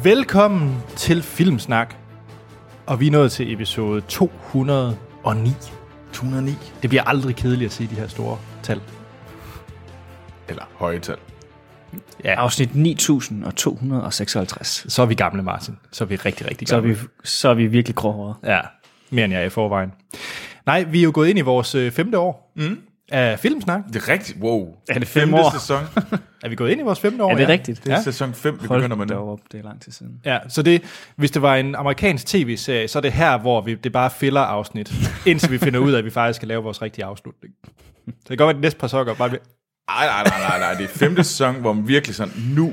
Velkommen til Filmsnak. Og vi er nået til episode 209. 209. Det bliver aldrig kedeligt at sige de her store tal. Eller høje tal. Ja. Afsnit 9256. Så er vi gamle, Martin. Så er vi rigtig, rigtig gamle. Så er vi virkelig gråhårede. Ja, mere end jeg er i forvejen. Nej, vi er jo gået ind i vores 5. år af Filmsnak. Det er rigtigt. Wow. Er det 5 år? Sæson. Er vi gået ind i vores 5. år? Er det rigtigt? Det er sæson 5, vi begynder med nu. Det er lang tid siden. Ja, så det, hvis det var en amerikansk tv-serie, så er det her, hvor det bare filler afsnit, indtil vi finder ud af, at vi faktisk skal lave vores rigtige afslutning. Så det kan godt være, de næste par sokker bare... Nej. Det er 5. sæson, hvor man virkelig sådan,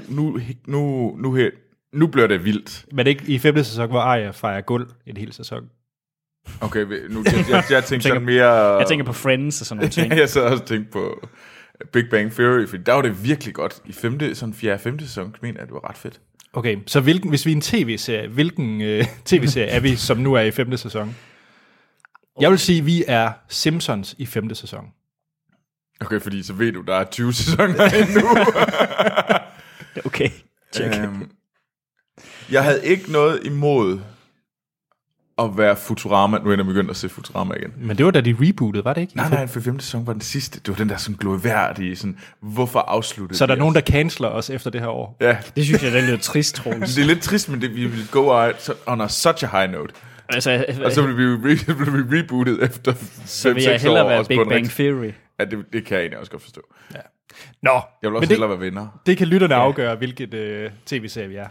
nu bliver det vildt. Men ikke i 5. sæson, hvor Arya fejrer guld en hel sæson. Okay, nu jeg tænker sådan mere... Jeg tænker på Friends og sådan nogle ting. Jeg så også tænkt på Big Bang Theory, for der var det virkelig godt. I 4. 5. sæson, mener jeg, det var ret fedt. Okay, så hvis vi er en tv-serie, hvilken tv-serie er vi, som nu er i 5. sæson? Jeg vil sige, at vi er Simpsons i 5. sæson. Okay, fordi så ved du, der er 20 sæsoner endnu. Okay, check. Jeg havde ikke noget imod at være Futurama, nu er jeg begyndt at se Futurama igen. Men det var da de rebootede, var det ikke? Nej, for 5. sæson var den sidste. Det var den der sådan glorværdige, sådan, hvorfor afsluttede så er der nogen, der canceler os efter det her år? Ja. Det synes jeg, det er lidt trist, Troels. Det er lidt trist, men vi vil go out on a such a high note. Altså, og så vil vi rebootet efter 5-6 år. Så vil jeg hellere være Big Bang Theory. Ja, det kan jeg egentlig også godt forstå. Ja. Nå, jeg vil også hellere være vinder. Det kan lytterne afgøre, hvilket tv-serie vi er.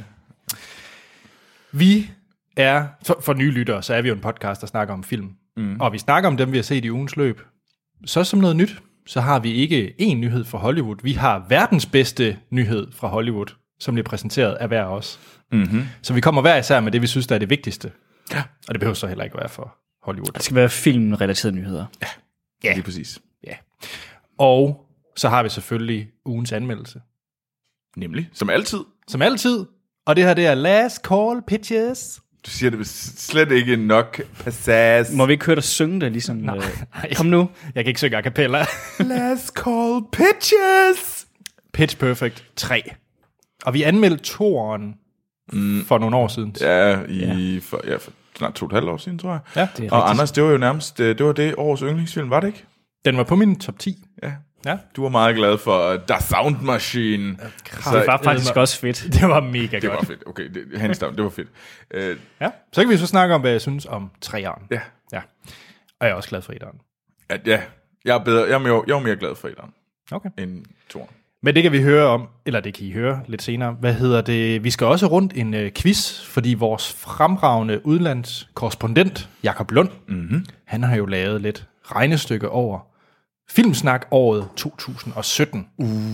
Vi er, for nye lyttere, så er vi jo en podcast, der snakker om film. Og vi snakker om dem, vi har set i ugens løb. Så som noget nyt, så har vi ikke én nyhed fra Hollywood. Vi har verdens bedste nyhed fra Hollywood, som bliver præsenteret af hver af os. Mm-hmm. Så vi kommer hver især med det, vi synes, der er det vigtigste. Ja. Og det behøver så heller ikke være for Hollywood. Det skal være filmrelaterede nyheder. Ja, lige præcis. Ja. Og så har vi selvfølgelig ugens anmeldelse. Nemlig, som altid. Som altid. Og det her, det er Last Call Pitches. Du siger det slet ikke nok passage. Må vi ikke høre dig synge det, ligesom? Nej. Kom nu. Jeg kan ikke synge a cappella. Last Call Pitches. Pitch Perfect 3. Og vi anmeldte 2'eren for nogle år siden. Ja, for snart 2,5 år siden, tror jeg. Ja, det og Anders, det var jo nærmest, det var det årets yndlingsfilm, var det ikke? Den var på min top 10. Ja. Du var meget glad for The Sound Machine. Det var faktisk også fedt. Det var mega godt. Det var fedt. Okay, hands down, det var fedt. Ja, så kan vi så snakke om, hvad jeg synes om 3'eren. Ja. Og jeg er også glad for 1'eren. Ja, jeg er mere glad for 1'eren end 2'eren. Men det kan vi høre om, eller det kan I høre lidt senere. Hvad hedder det? Vi skal også rundt en quiz, fordi vores fremragende udlandskorrespondent, Jakob Lund, han har jo lavet lidt regnestykke over Filmsnak-året 2017.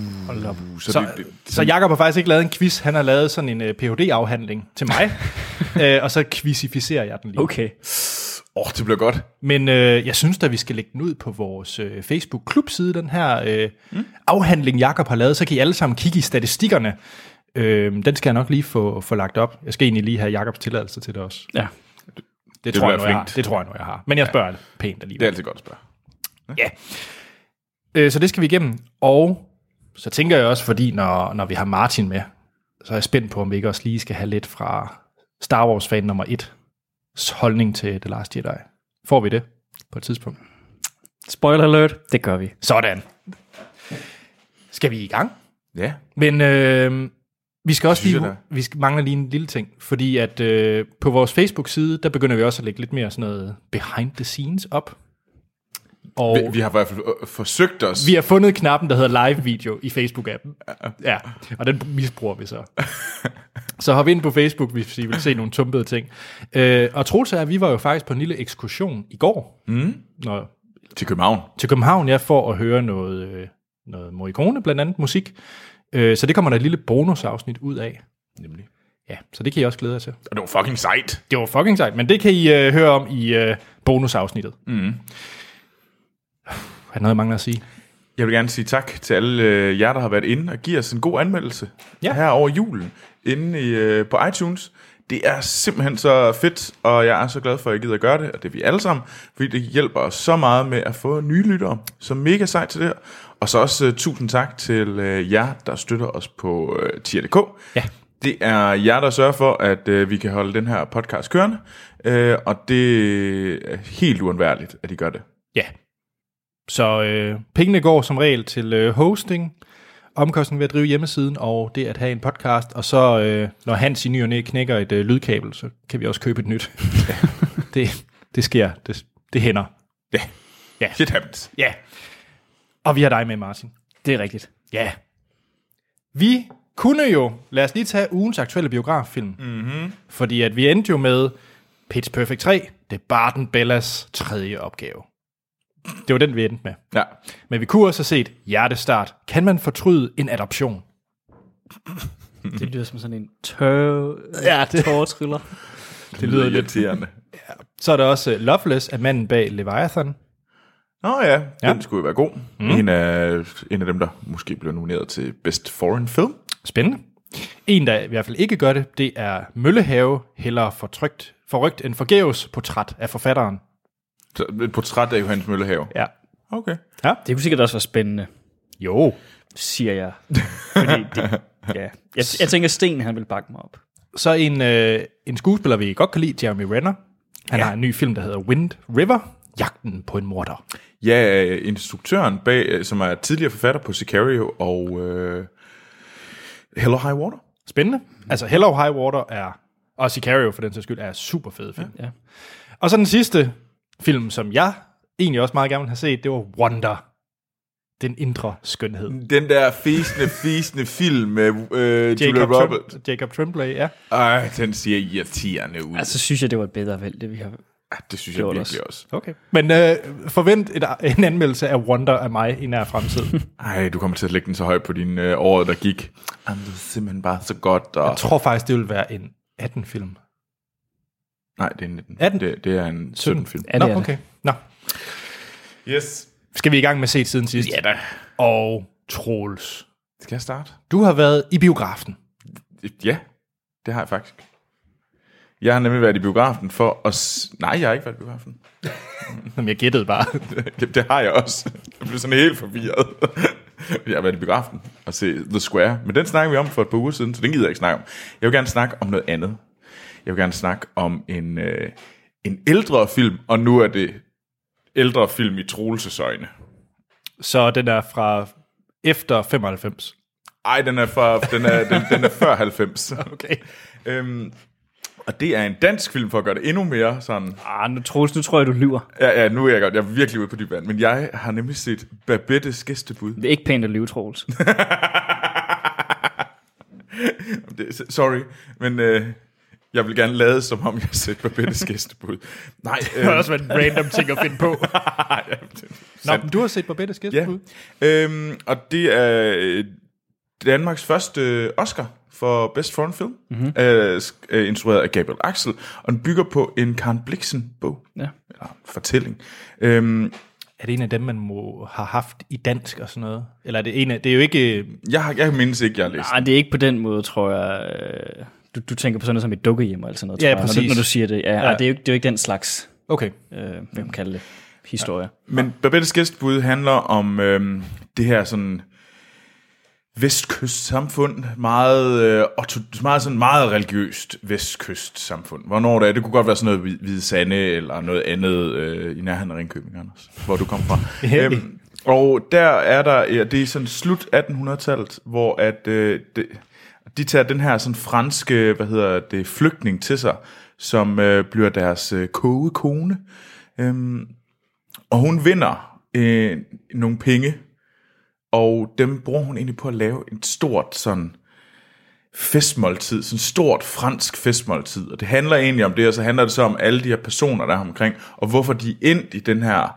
Så Jakob har faktisk ikke lavet en quiz, han har lavet sådan en Ph.D.-afhandling til mig, og så quizzificerer jeg den lige. Okay. Det bliver godt. Men jeg synes da, vi skal lægge den ud på vores Facebook-klubside, den her afhandling, Jakob har lavet. Så kan I alle sammen kigge i statistikkerne. Den skal jeg nok lige få lagt op. Jeg skal egentlig lige have Jakobs tilladelse til det også. Ja. Det tror jeg nu, jeg har. Men jeg spørger pænt alligevel. Det er altid godt at spørge. Ja. Så det skal vi igennem. Og så tænker jeg også, fordi når vi har Martin med, så er jeg spændt på, om vi ikke også lige skal have lidt fra Star Wars-fan nummer 1 holdning til The Last Jedi. Får vi det på et tidspunkt? Spoiler alert, det gør vi. Sådan. Skal vi i gang? Ja. Men vi skal også lige, mangler lige en lille ting, fordi at på vores Facebook-side, der begynder vi også at lægge lidt mere sådan noget behind the scenes op. Og vi har i hvert fald forsøgt os. Vi har fundet knappen, der hedder live video i Facebook-appen. Ja, og den misbruger vi så. Så hop ind på Facebook, hvis I vil se nogle tumpede ting. Og Troels og vi var jo faktisk på en lille ekskursion i går. Til København. Til København, ja, for at høre noget Morricone, blandt andet musik. Så det kommer der et lille bonusafsnit ud af. Nemlig. Ja, så det kan I også glæde jer til. Og det var fucking sejt. Det var fucking sejt, men det kan I høre om i bonusafsnittet. Har du noget, jeg mangler at sige? Jeg vil gerne sige tak til alle jer, der har været inde og giver os en god anmeldelse her over julen inde på iTunes. Det er simpelthen så fedt, og jeg er så glad for, at I gider at gøre det, og det er vi alle sammen, fordi det hjælper os så meget med at få nye lyttere. Så mega sejt til det her. Og så også tusind tak til jer, der støtter os på tier.dk. Ja. Det er jer, der sørger for, at vi kan holde den her podcast kørende, og det er helt uundværligt, at I gør det. Ja. Så pengene går som regel til hosting, omkostning ved at drive hjemmesiden, og det at have en podcast, og så når Hans i ny og næ knækker et lydkabel, så kan vi også købe et nyt. det sker. Det hænder. Ja. Shit happens. Ja. Og vi har dig med, Martin. Det er rigtigt. Ja. Vi kunne jo, lad os lige tage ugens aktuelle biograffilm, fordi at vi endte jo med Pitch Perfect 3, det er Barton Bellas tredje opgave. Det var den, vi endte med. Ja. Men vi kunne også have set Hjertestart. Kan man fortryde en adoption? Det lyder som sådan en tårtriller. Det lyder irriterende. Ja. Så er der også Loveless af manden bag Leviathan. Nå ja, den skulle jo være god. En af dem, der måske blev nomineret til Best Foreign Film. Spændende. En, der i hvert fald ikke gør det, det er Møllehave, hellere forrygt end forgæves, portræt af forfatteren. Så et portræt af Johannes Møllehave? Ja. Okay. Ja. Det kunne sikkert også være spændende. Jo. Siger jeg. Fordi jeg tænker, Sten han vil bakke mig op. Så en skuespiller, vi godt kan lide, Jeremy Renner. Han har en ny film, der hedder Wind River. Jagten på en morder. Ja, instruktøren bag, som er tidligere forfatter på Sicario og Hell or High Water. Spændende. Altså Hell or High Water er, og Sicario for den sags skyld, er super fed film. Ja. Og så den sidste film, som jeg egentlig også meget gerne vil have set, det var Wonder. Den indre skønhed. Den der fisende film med Julia Roberts. Jacob Tremblay, ja. Ej, den ser irriterende ud. Altså, synes jeg, det var et bedre valg, det vi har. Ja, det synes jeg virkelig også. Okay. Men forvent en anmeldelse af Wonder af mig i nær fremtid. Ej, du kommer til at lægge den så højt på din året, der gik. Jamen, det er simpelthen bare så godt. Og... Jeg tror faktisk, det vil være en 18-film. Nej, det er en 19. 18? Det er en 17-film. Ja, Nå, okay. Nå. Yes. Skal vi i gang med set siden sidst? Ja da. Og Troels. Skal jeg starte? Du har været i biografen. Ja, det har jeg faktisk. Jeg har nemlig været i biografen for at... Nej, jeg har ikke været i biografen. Jamen, jeg gættede bare. Det har jeg også. Jeg blev sådan helt forvirret. Jeg har været i biografen og se The Square. Men den snakker vi om for et par uger siden, så den gider jeg ikke snakke om. Jeg vil gerne snakke om noget andet. Jeg vil gerne snakke om en ældre film, og nu er det ældre film i Troelses øjne. Så den er fra efter 95? Ej, den er før 90. Okay. Og det er en dansk film, for at gøre det endnu mere sådan... Nu tror jeg, du lyver. Ja, nu er jeg godt. Jeg er virkelig ude på dyb vand. Men jeg har nemlig set Babettes gæstebud. Det er ikke pænt at lyve, Troels. Sorry, men jeg vil gerne lade, som om jeg har set Babettes gæstebud. Nej, det har også været en random ting at finde på. Nå, men du har set Babettes gæstebud? Ja, og det er Danmarks første Oscar for Best Foreign Film, instrueret af Gabriel Axel, og den bygger på en Karen Blixen-bog, eller fortælling. Er det en af dem, man må have haft i dansk og sådan noget? Eller er det en af... Det er jo ikke... Jeg mindes ikke, jeg har læst. Nej, det er ikke på den måde, tror jeg. Du tænker på sådan noget som et dukkehjem eller sådan noget, ja, tror præcis. når du siger det. Ja. Det er jo ikke den slags, okay. Hvad man kalder det, historie. Ja. Men Babettes gæstebud handler om det her sådan... vestkystsamfund, meget religiøst vestkystsamfund. Hvornår det er? Det kunne godt være sådan noget Hvide Sande, eller noget andet i nærheden af Ringkøbing, Anders, hvor du kom fra. Og der er der, det er sådan slut 1800-tallet, hvor at de tager den her sådan franske, flygtning til sig, som bliver deres kogekone. Og hun vinder nogle penge, og dem bruger hun egentlig på at lave et stort sådan festmåltid, sådan stort fransk festmåltid. Og det handler egentlig om det, og så handler det så om alle de her personer, der er omkring, og hvorfor de er endt i den her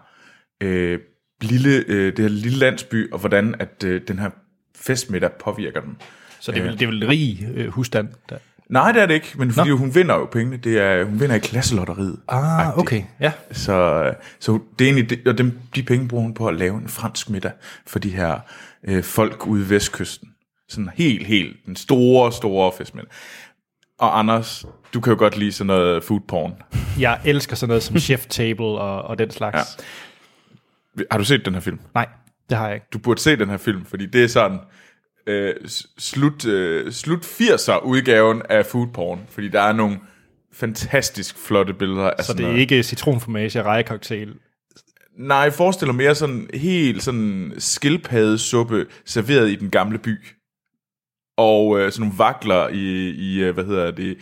det her lille landsby, og hvordan at den her festmiddag påvirker dem. Så det er vel rig husstand? Der. Nej, det er det ikke, men fordi hun vinder jo pengene. Hun vinder i klasselotteriet. Okay, ja. Så det er egentlig, og de penge bruger hun på at lave en fransk middag for de her folk ude i vestkysten. Sådan helt den store festmiddag. Og Anders, du kan jo godt lide sådan noget food porn. Jeg elsker sådan noget som Chef Table og den slags. Ja. Har du set den her film? Nej, det har jeg ikke. Du burde se den her film, fordi det er sådan... slut 80'er udgaven af food porn, fordi der er nogle fantastisk flotte billeder af så det er ikke citronformage og rejecocktail? Nej, jeg forestiller mere sådan helt sådan skildpaddesuppe serveret i den gamle by. Og sådan nogle vakler i hvad hedder det,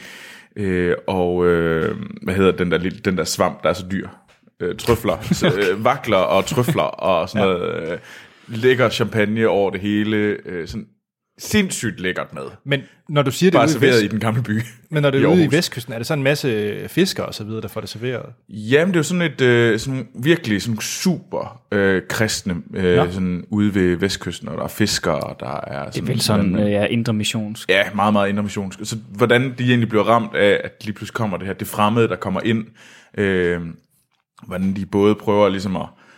hvad hedder den der svamp, der er så dyr? Trøfler. Vakler og trøfler og sådan noget. Lækker champagne over det hele. Sådan sindssygt lækkert mad. Men når du siger det bare serveret i den gamle by. Men når det er ude i Vestkysten, er det så en masse fiskere og så videre, der får det serveret? Jamen, det er jo sådan sådan virkelig sådan super kristne sådan ude ved Vestkysten, og der er fiskere, og der er det er vel sådan indre missionsk. Ja, meget, meget indre missionsk. Så hvordan de egentlig bliver ramt af, at lige pludselig kommer det fremmede, der kommer ind, hvordan de både prøver ligesom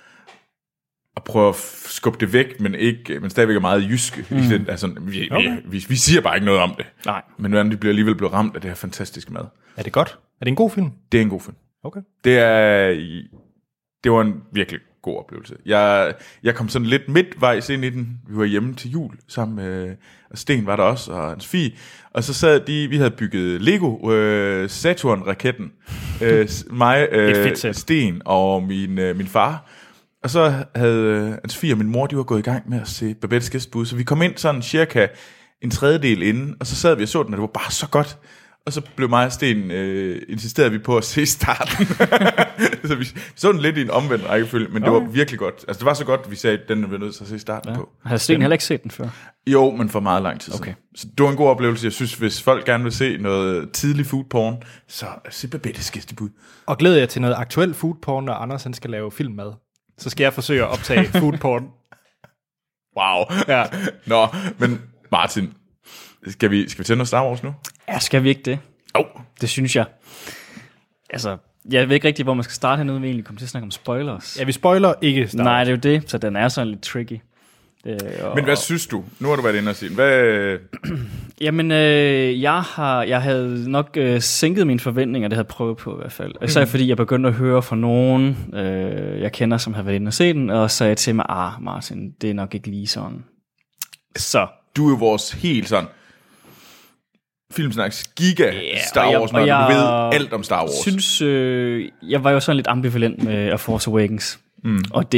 at prøve at skubbe det væk, men stadigvæk er meget jyske. Altså, vi siger bare ikke noget om det. Nej. Men hvordan de alligevel bliver ramt af det her fantastiske mad. Er det godt? Er det en god film? Det er en god film. Okay. Det var en virkelig god oplevelse. Jeg kom sådan lidt midtvejs ind i den. Vi var hjemme til jul sammen med Sten var der også, og hans fie. Og så sad vi havde bygget Lego Saturn-raketten. Mig, Sten og min far. Og så havde hans fie og min mor, de var gået i gang med at se Babettes gæstebud. Så vi kom ind sådan cirka en tredjedel inden, og så sad vi og så den, og det var bare så godt. Og så blev mig og Sten, insisterede vi på at se starten. Så vi så den lidt i en omvendt rækkefølge, men det var virkelig godt. Altså det var så godt, at vi sagde, at den var nødt til at se starten på. Har Sten heller ikke set den før? Jo, men for meget lang tid siden. Så det var en god oplevelse. Jeg synes, hvis folk gerne vil se noget tidlig food porn, så se Babettes gæstebud. Og glæder jeg til noget aktuel food porn, når Anders han skal lave filmmad. Så skal jeg forsøge at optage food porn. Wow. Ja. Nå, men Martin, skal vi til noget Star Wars nu? Ja, skal vi ikke det? Det synes jeg. Altså, jeg ved ikke rigtig, hvor man skal starte hernede. Vi egentlig kommer til at snakke om spoilers. Ja, vi spoiler ikke Star Wars. Nej, det er jo det, så den er sådan lidt tricky. Men hvad synes du? Nu har du været inde og sige. Hvad? Jamen, jeg havde nok sænket mine forventninger, det havde jeg prøvet på i hvert fald. Især fordi jeg begyndte at høre fra nogen, jeg kender, som har været inde og se den, og sagde til mig, Martin, det er nok ikke lige sådan. Så. Du er jo vores helt sådan filmsnaks giga Star Wars, når du ved alt om Star Wars. Synes, jeg var jo sådan lidt ambivalent med A Force Awakens, og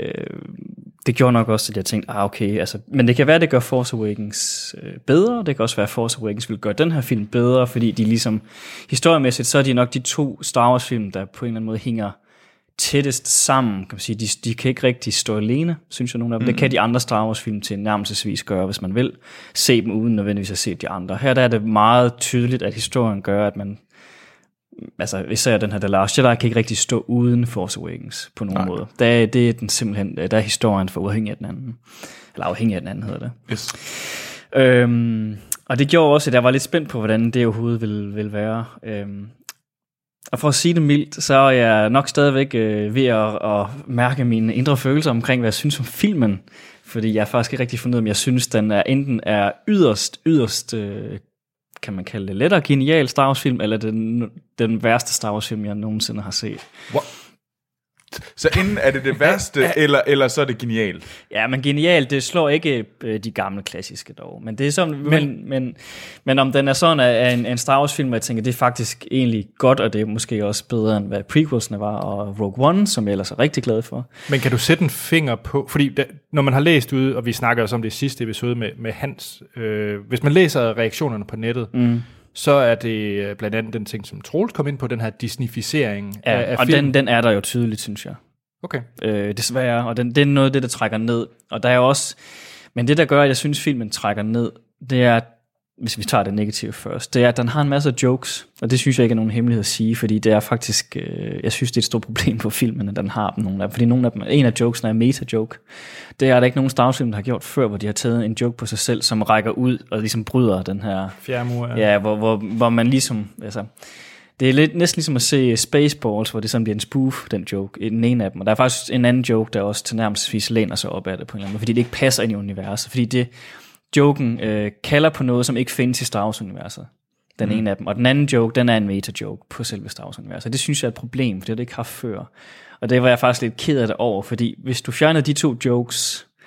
det gjorde nok også, at jeg tænkte, okay, altså, men det kan være, at det gør Force Awakens bedre, det kan også være, at Force Awakens vil gøre den her film bedre, fordi de ligesom, historiemæssigt, så er de nok de to Star Wars film, der på en eller anden måde hænger tættest sammen, kan man sige. De kan ikke rigtig stå alene, synes jeg, nogle af dem. Det kan de andre Star Wars film til nærmelsesvis gøre, hvis man vil se dem uden nødvendigvis at se de andre. Her der er det meget tydeligt, at historien gør, at man, altså især den her The Last Jedi, kan ikke rigtig stå uden Force Awakens på nogen måde. Det er den simpelthen, der er historien for uafhængig af den anden. Eller afhængig af den anden, hedder det. Yes. Og det gjorde også, at jeg var lidt spændt på, hvordan det overhovedet vil være. Og for at sige det mildt, så er jeg nok stadigvæk ved at mærke mine indre følelser omkring, hvad jeg synes om filmen. Fordi jeg har faktisk ikke rigtig fundet ud af, om jeg synes, den er enten er yderst kan man kalde det lettere genial Star Wars film, eller den værste Star Wars film, jeg nogensinde har set. What? Så enten er det værste, eller så er det genialt? Ja, men genialt, det slår ikke de gamle klassiske dog. Men det er sådan, men om den er sådan af en Star Wars film, jeg tænker, det er faktisk egentlig godt, og det er måske også bedre, end hvad prequelsene var, og Rogue One, som jeg ellers er rigtig glad for. Men kan du sætte en finger på, fordi når man har læst ud, og vi snakker også om det i sidste episode med Hans, hvis man læser reaktionerne på nettet, så er det blandt andet den ting, som Troels kom ind på, den her Disneyficering af og film. den er der jo tydeligt, synes jeg. Okay. Desværre, og det er noget af det, der trækker ned. Og der er jo også, men det, der gør, at jeg synes, filmen trækker ned, det er, hvis vi tager det negative først, det er, at den har en masse jokes, og det synes jeg ikke er nogen hemmelighed at sige, fordi det er faktisk, jeg synes, det er et stort problem på filmen, at den har nogle af dem, fordi nogle af dem, en af jokesene er meta-joke. Det er der ikke nogen Star Wars film, der har gjort før, hvor de har taget en joke på sig selv, som rækker ud og ligesom bryder den her fjerdemur. Ja, hvor man ligesom, altså, det er lidt næsten ligesom at se Spaceballs, hvor det sådan bliver en spoof, den joke, den ene af dem. Og der er faktisk en anden joke, der også tilnærmelsesvis læner sig op af det på en eller anden måde, fordi det ikke passer ind i universet, fordi det joken kalder på noget, som ikke findes i Star Wars-universet. Den ene af dem. Og den anden joke, den er en meta-joke på selve Star Wars-universet. Det synes jeg er et problem, for det har det ikke haft før. Og det var jeg faktisk lidt ked af det over, fordi hvis du fjernede de to jokes,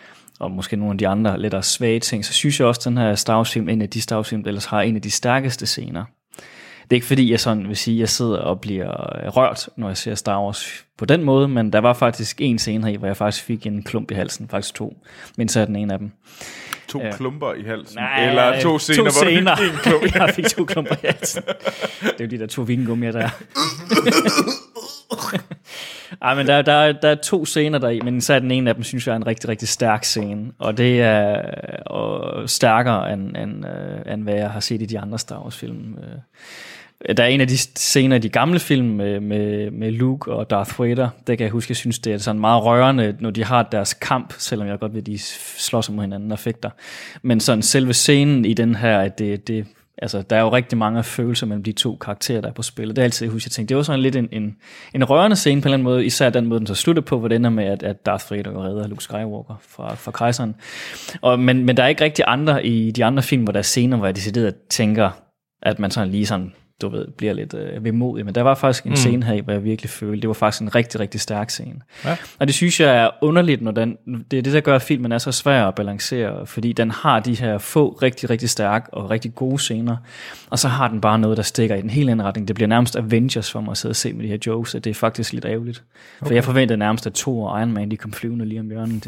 og måske nogle af de andre lettere svage ting, så synes jeg også, at den her Star Wars-film, en af de Star Wars-film, ellers har en af de stærkeste scener. Det er ikke fordi, jeg sådan vil sige, at jeg sidder og bliver rørt, når jeg ser Star Wars på den måde, men der var faktisk en scene her, hvor jeg faktisk fik en klump i halsen, faktisk 2, men så er den en af dem. 2 klumper i halsen? Nej, eller 2 scener, hvor du fik en klump? Jeg fik 2 klumper i halsen. Det er jo de der 2 vingummier der. Ej, men der er 2 scener deri, men så er den ene af dem, synes jeg, er en rigtig, rigtig stærk scene, og det er stærkere, end hvad jeg har set i de andre Star Wars-film. Der er en af de scener i de gamle film med Luke og Darth Vader, det kan jeg huske, jeg synes, det er sådan meget rørende, når de har deres kamp, selvom jeg godt ved, at de slås mod hinanden og fægter. Men sådan selve scenen i den her, at altså, der er jo rigtig mange følelser mellem de 2 karakterer, der er på spillet. Det er altid, jeg husker, jeg tænkte, det var sådan lidt en rørende scene på en eller anden måde, især den måde, den så slutter på, hvor det ender med, at Darth Vader redder Luke Skywalker fra kejseren. Men der er ikke rigtig andre i de andre film, hvor der er scener, hvor jeg decideret tænker, at man sådan lige sådan, du ved, bliver lidt vemodig. Men der var faktisk en scene her, hvor jeg virkelig følte, det var faktisk en rigtig, rigtig stærk scene. Ja. Og det synes jeg er underligt, når det er det, der gør, at filmen er så svær at balancere, fordi den har de her få rigtig, rigtig stærke og rigtig gode scener, og så har den bare noget, der stikker i den helt anden retning. Det bliver nærmest Avengers for mig at sidde og se med de her jokes, og det er faktisk lidt ærgerligt. Okay. For jeg forventede nærmest, at Thor og Iron Man, de kom flyvende lige om hjørnet.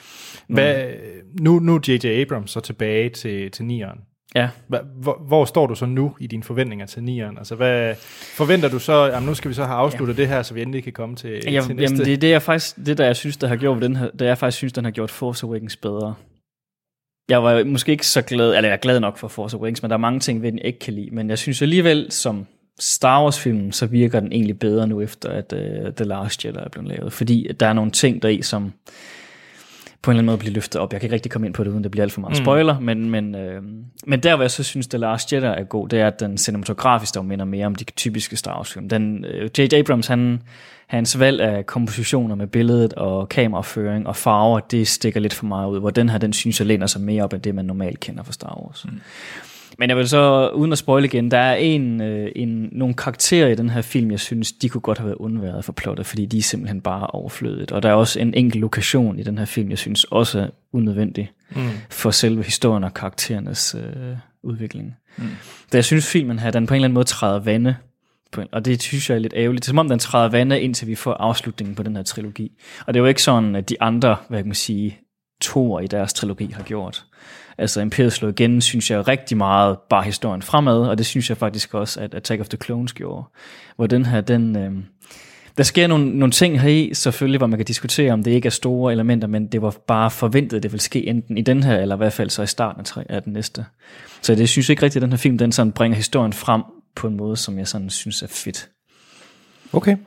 Nu J.J. Abrams så tilbage til 9'eren. Ja. Hvor står du så nu i dine forventninger til 9'eren? Altså, hvad forventer du så? Jamen, nu skal vi så have afsluttet det her, så vi endelig kan komme til næste. Jamen, det er faktisk det, der jeg synes, der har gjort den her, der jeg faktisk synes, den har gjort Force Awakens bedre. Jeg var måske ikke så glad, eller jeg er glad nok for Force Awakens, men der er mange ting ved den, jeg ikke kan lide. Men jeg synes alligevel, som Star Wars-filmen, så virker den egentlig bedre nu, efter at The Last Jedi er blevet lavet. Fordi der er nogle ting deri, som på en eller anden måde blive løftet op. Jeg kan ikke rigtig komme ind på det, uden det bliver alt for meget spoiler, men der, hvor jeg så synes, The Last Jedi er god, det er, at den cinematografisk der minder mere om de typiske Star Wars-film. J.J. Abrams, hans valg af kompositioner med billedet og kameraføring og farver, det stikker lidt for meget ud, hvor den her, den synes jeg læner sig mere op, end det, man normalt kender fra Star Wars. Men jeg vil så, uden at spoile igen, der er nogle karakterer i den her film, jeg synes, de kunne godt have været undværet for plottet, fordi de er simpelthen bare overflødet. Og der er også en enkelt lokation i den her film, jeg synes også er unødvendig for selve historien og karakterernes udvikling. Da jeg synes, filmen her, den på en eller anden måde træder vande, og det synes jeg er lidt ærgerligt. Det er som om, den træder vande, indtil vi får afslutningen på den her trilogi. Og det er jo ikke sådan, at de andre, hvad kan man sige, toer i deres trilogi har gjort. Altså Imperiet slår igen, synes jeg rigtig meget bare historien fremad, og det synes jeg faktisk også, at Attack of the Clones gjorde. Hvor den her, der sker nogle ting heri, selvfølgelig, hvor man kan diskutere, om det ikke er store elementer, men det var bare forventet, at det ville ske enten i den her, eller i hvert fald så i starten af den næste. Så det synes jeg ikke rigtigt, at den her film, den sådan bringer historien frem på en måde, som jeg sådan synes er fedt. Okay.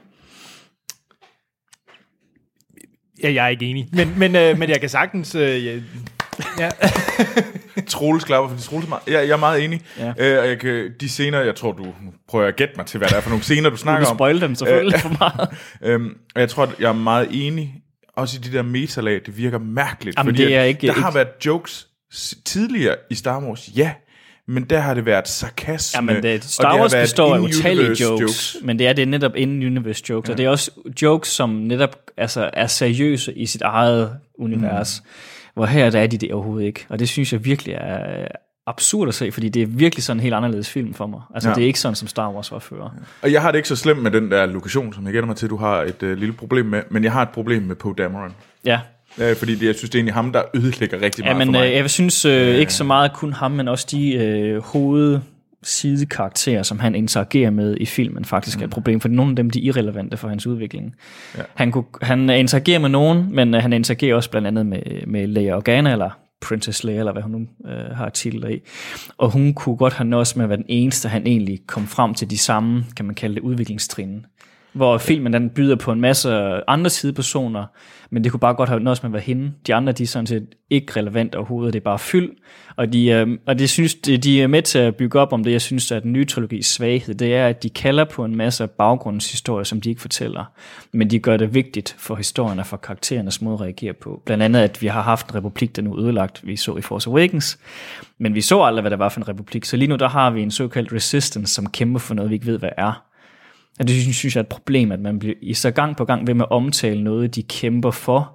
Ja, jeg er ikke enig, men jeg kan sagtens... Ja. Troels klapper, fordi Troels jeg er meget enig. Ja. Og jeg kan, de scener, jeg tror, du prøver at gætte mig til, hvad der er for nogle scener, du snakker om. Du spoil dem selvfølgelig for meget. Og jeg tror, at jeg er meget enig. Også i de der metalag, det virker mærkeligt. Jamen, fordi det er ikke, der har været jokes tidligere i Star Wars, ja. Men der har det været sarkasme. Ja, men Star Wars består af utallige jokes, men det er netop in-universe jokes, og det er også jokes, som netop altså, er seriøse i sit eget univers. Hvor her der er de det overhovedet ikke. Og det synes jeg virkelig er absurd at se, fordi det er virkelig sådan en helt anderledes film for mig. Altså det er ikke sådan, som Star Wars var før. Og jeg har det ikke så slemt med den der lokation, som jeg gætter mig til, du har et lille problem med, men jeg har et problem med Poe Dameron. Ja. Fordi jeg synes, det er egentlig ham, der ødelægger rigtig meget for mig. Jeg synes ikke så meget kun ham, men også de sidekarakterer, som han interagerer med i filmen, faktisk er et problem, for nogle af dem, de er irrelevante for hans udvikling. Ja. Han interagerer med nogen, men han interagerer også blandt andet med Leia Organa, eller Princess Leia, eller hvad hun nu har titler i. Og hun kunne godt have nøjes med at være den eneste, han egentlig kom frem til de samme, kan man kalde det, udviklingstrin. Hvor filmen den byder på en masse andre sidepersoner, men det kunne bare godt have noget med at være hende. De andre, de er sådan set ikke relevant overhovedet, det er bare fyld. Og det synes de er med til at bygge op om det, jeg synes er den nye trilogis svaghed, det er, at de kalder på en masse baggrundshistorier, som de ikke fortæller, men de gør det vigtigt for historien og for karakterernes måde at reagere på. Blandt andet, at vi har haft en republik, der nu er ødelagt, vi så i Force Awakens, men vi så aldrig, hvad det var for en republik. Så lige nu, der har vi en såkaldt resistance, som kæmper for noget, vi ikke ved, hvad er. Og det synes jeg er et problem, at man bliver i så gang på gang ved med at omtale noget, de kæmper for,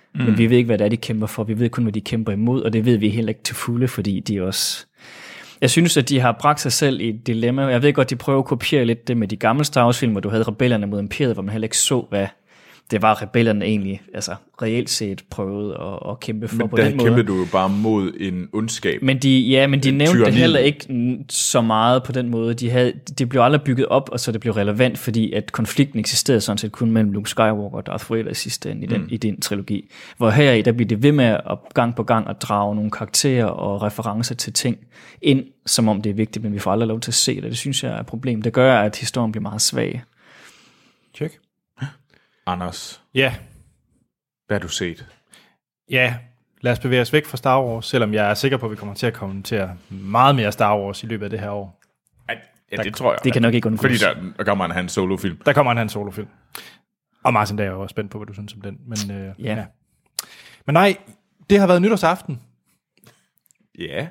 Men vi ved ikke, hvad det er, de kæmper for. Vi ved kun, hvad de kæmper imod, og det ved vi heller ikke til fulde, fordi de også... Jeg synes, at de har bragt sig selv i et dilemma. Jeg ved godt, de prøver at kopiere lidt det med de gamle Star Wars-film, hvor du havde rebellerne mod imperiet, hvor man heller ikke så, hvad det var, rebellerne egentlig reelt set prøvede at kæmpe for på den måde. Men der kæmpede du jo bare mod en ondskab. Men de nævnte det heller ikke så meget på den måde. Det blev aldrig bygget op, og så det blev relevant, fordi at konflikten eksisterede sådan set kun mellem Luke Skywalker og Darth Vader i sidste ende i den trilogi. Hvor her der bliver det ved med at gang på gang at drage nogle karakterer og referencer til ting ind, som om det er vigtigt, men vi får aldrig lov til at se det. Det synes jeg er et problem. Det gør, at historien bliver meget svag. Check. Anders. Ja. Hvad har du set? Ja, lad os bevæge os væk fra Star Wars, selvom jeg er sikker på, at vi kommer til at kommentere meget mere Star Wars i løbet af det her år. Ja, det tror jeg. Det kan nok ikke undgås. Fordi der kommer en hans solofilm. Der kommer en hans solofilm. Og Martin, der er jo også spændt på, hvad du synes om den. Men, ja. Men nej, det har været nytårsaften. Ja,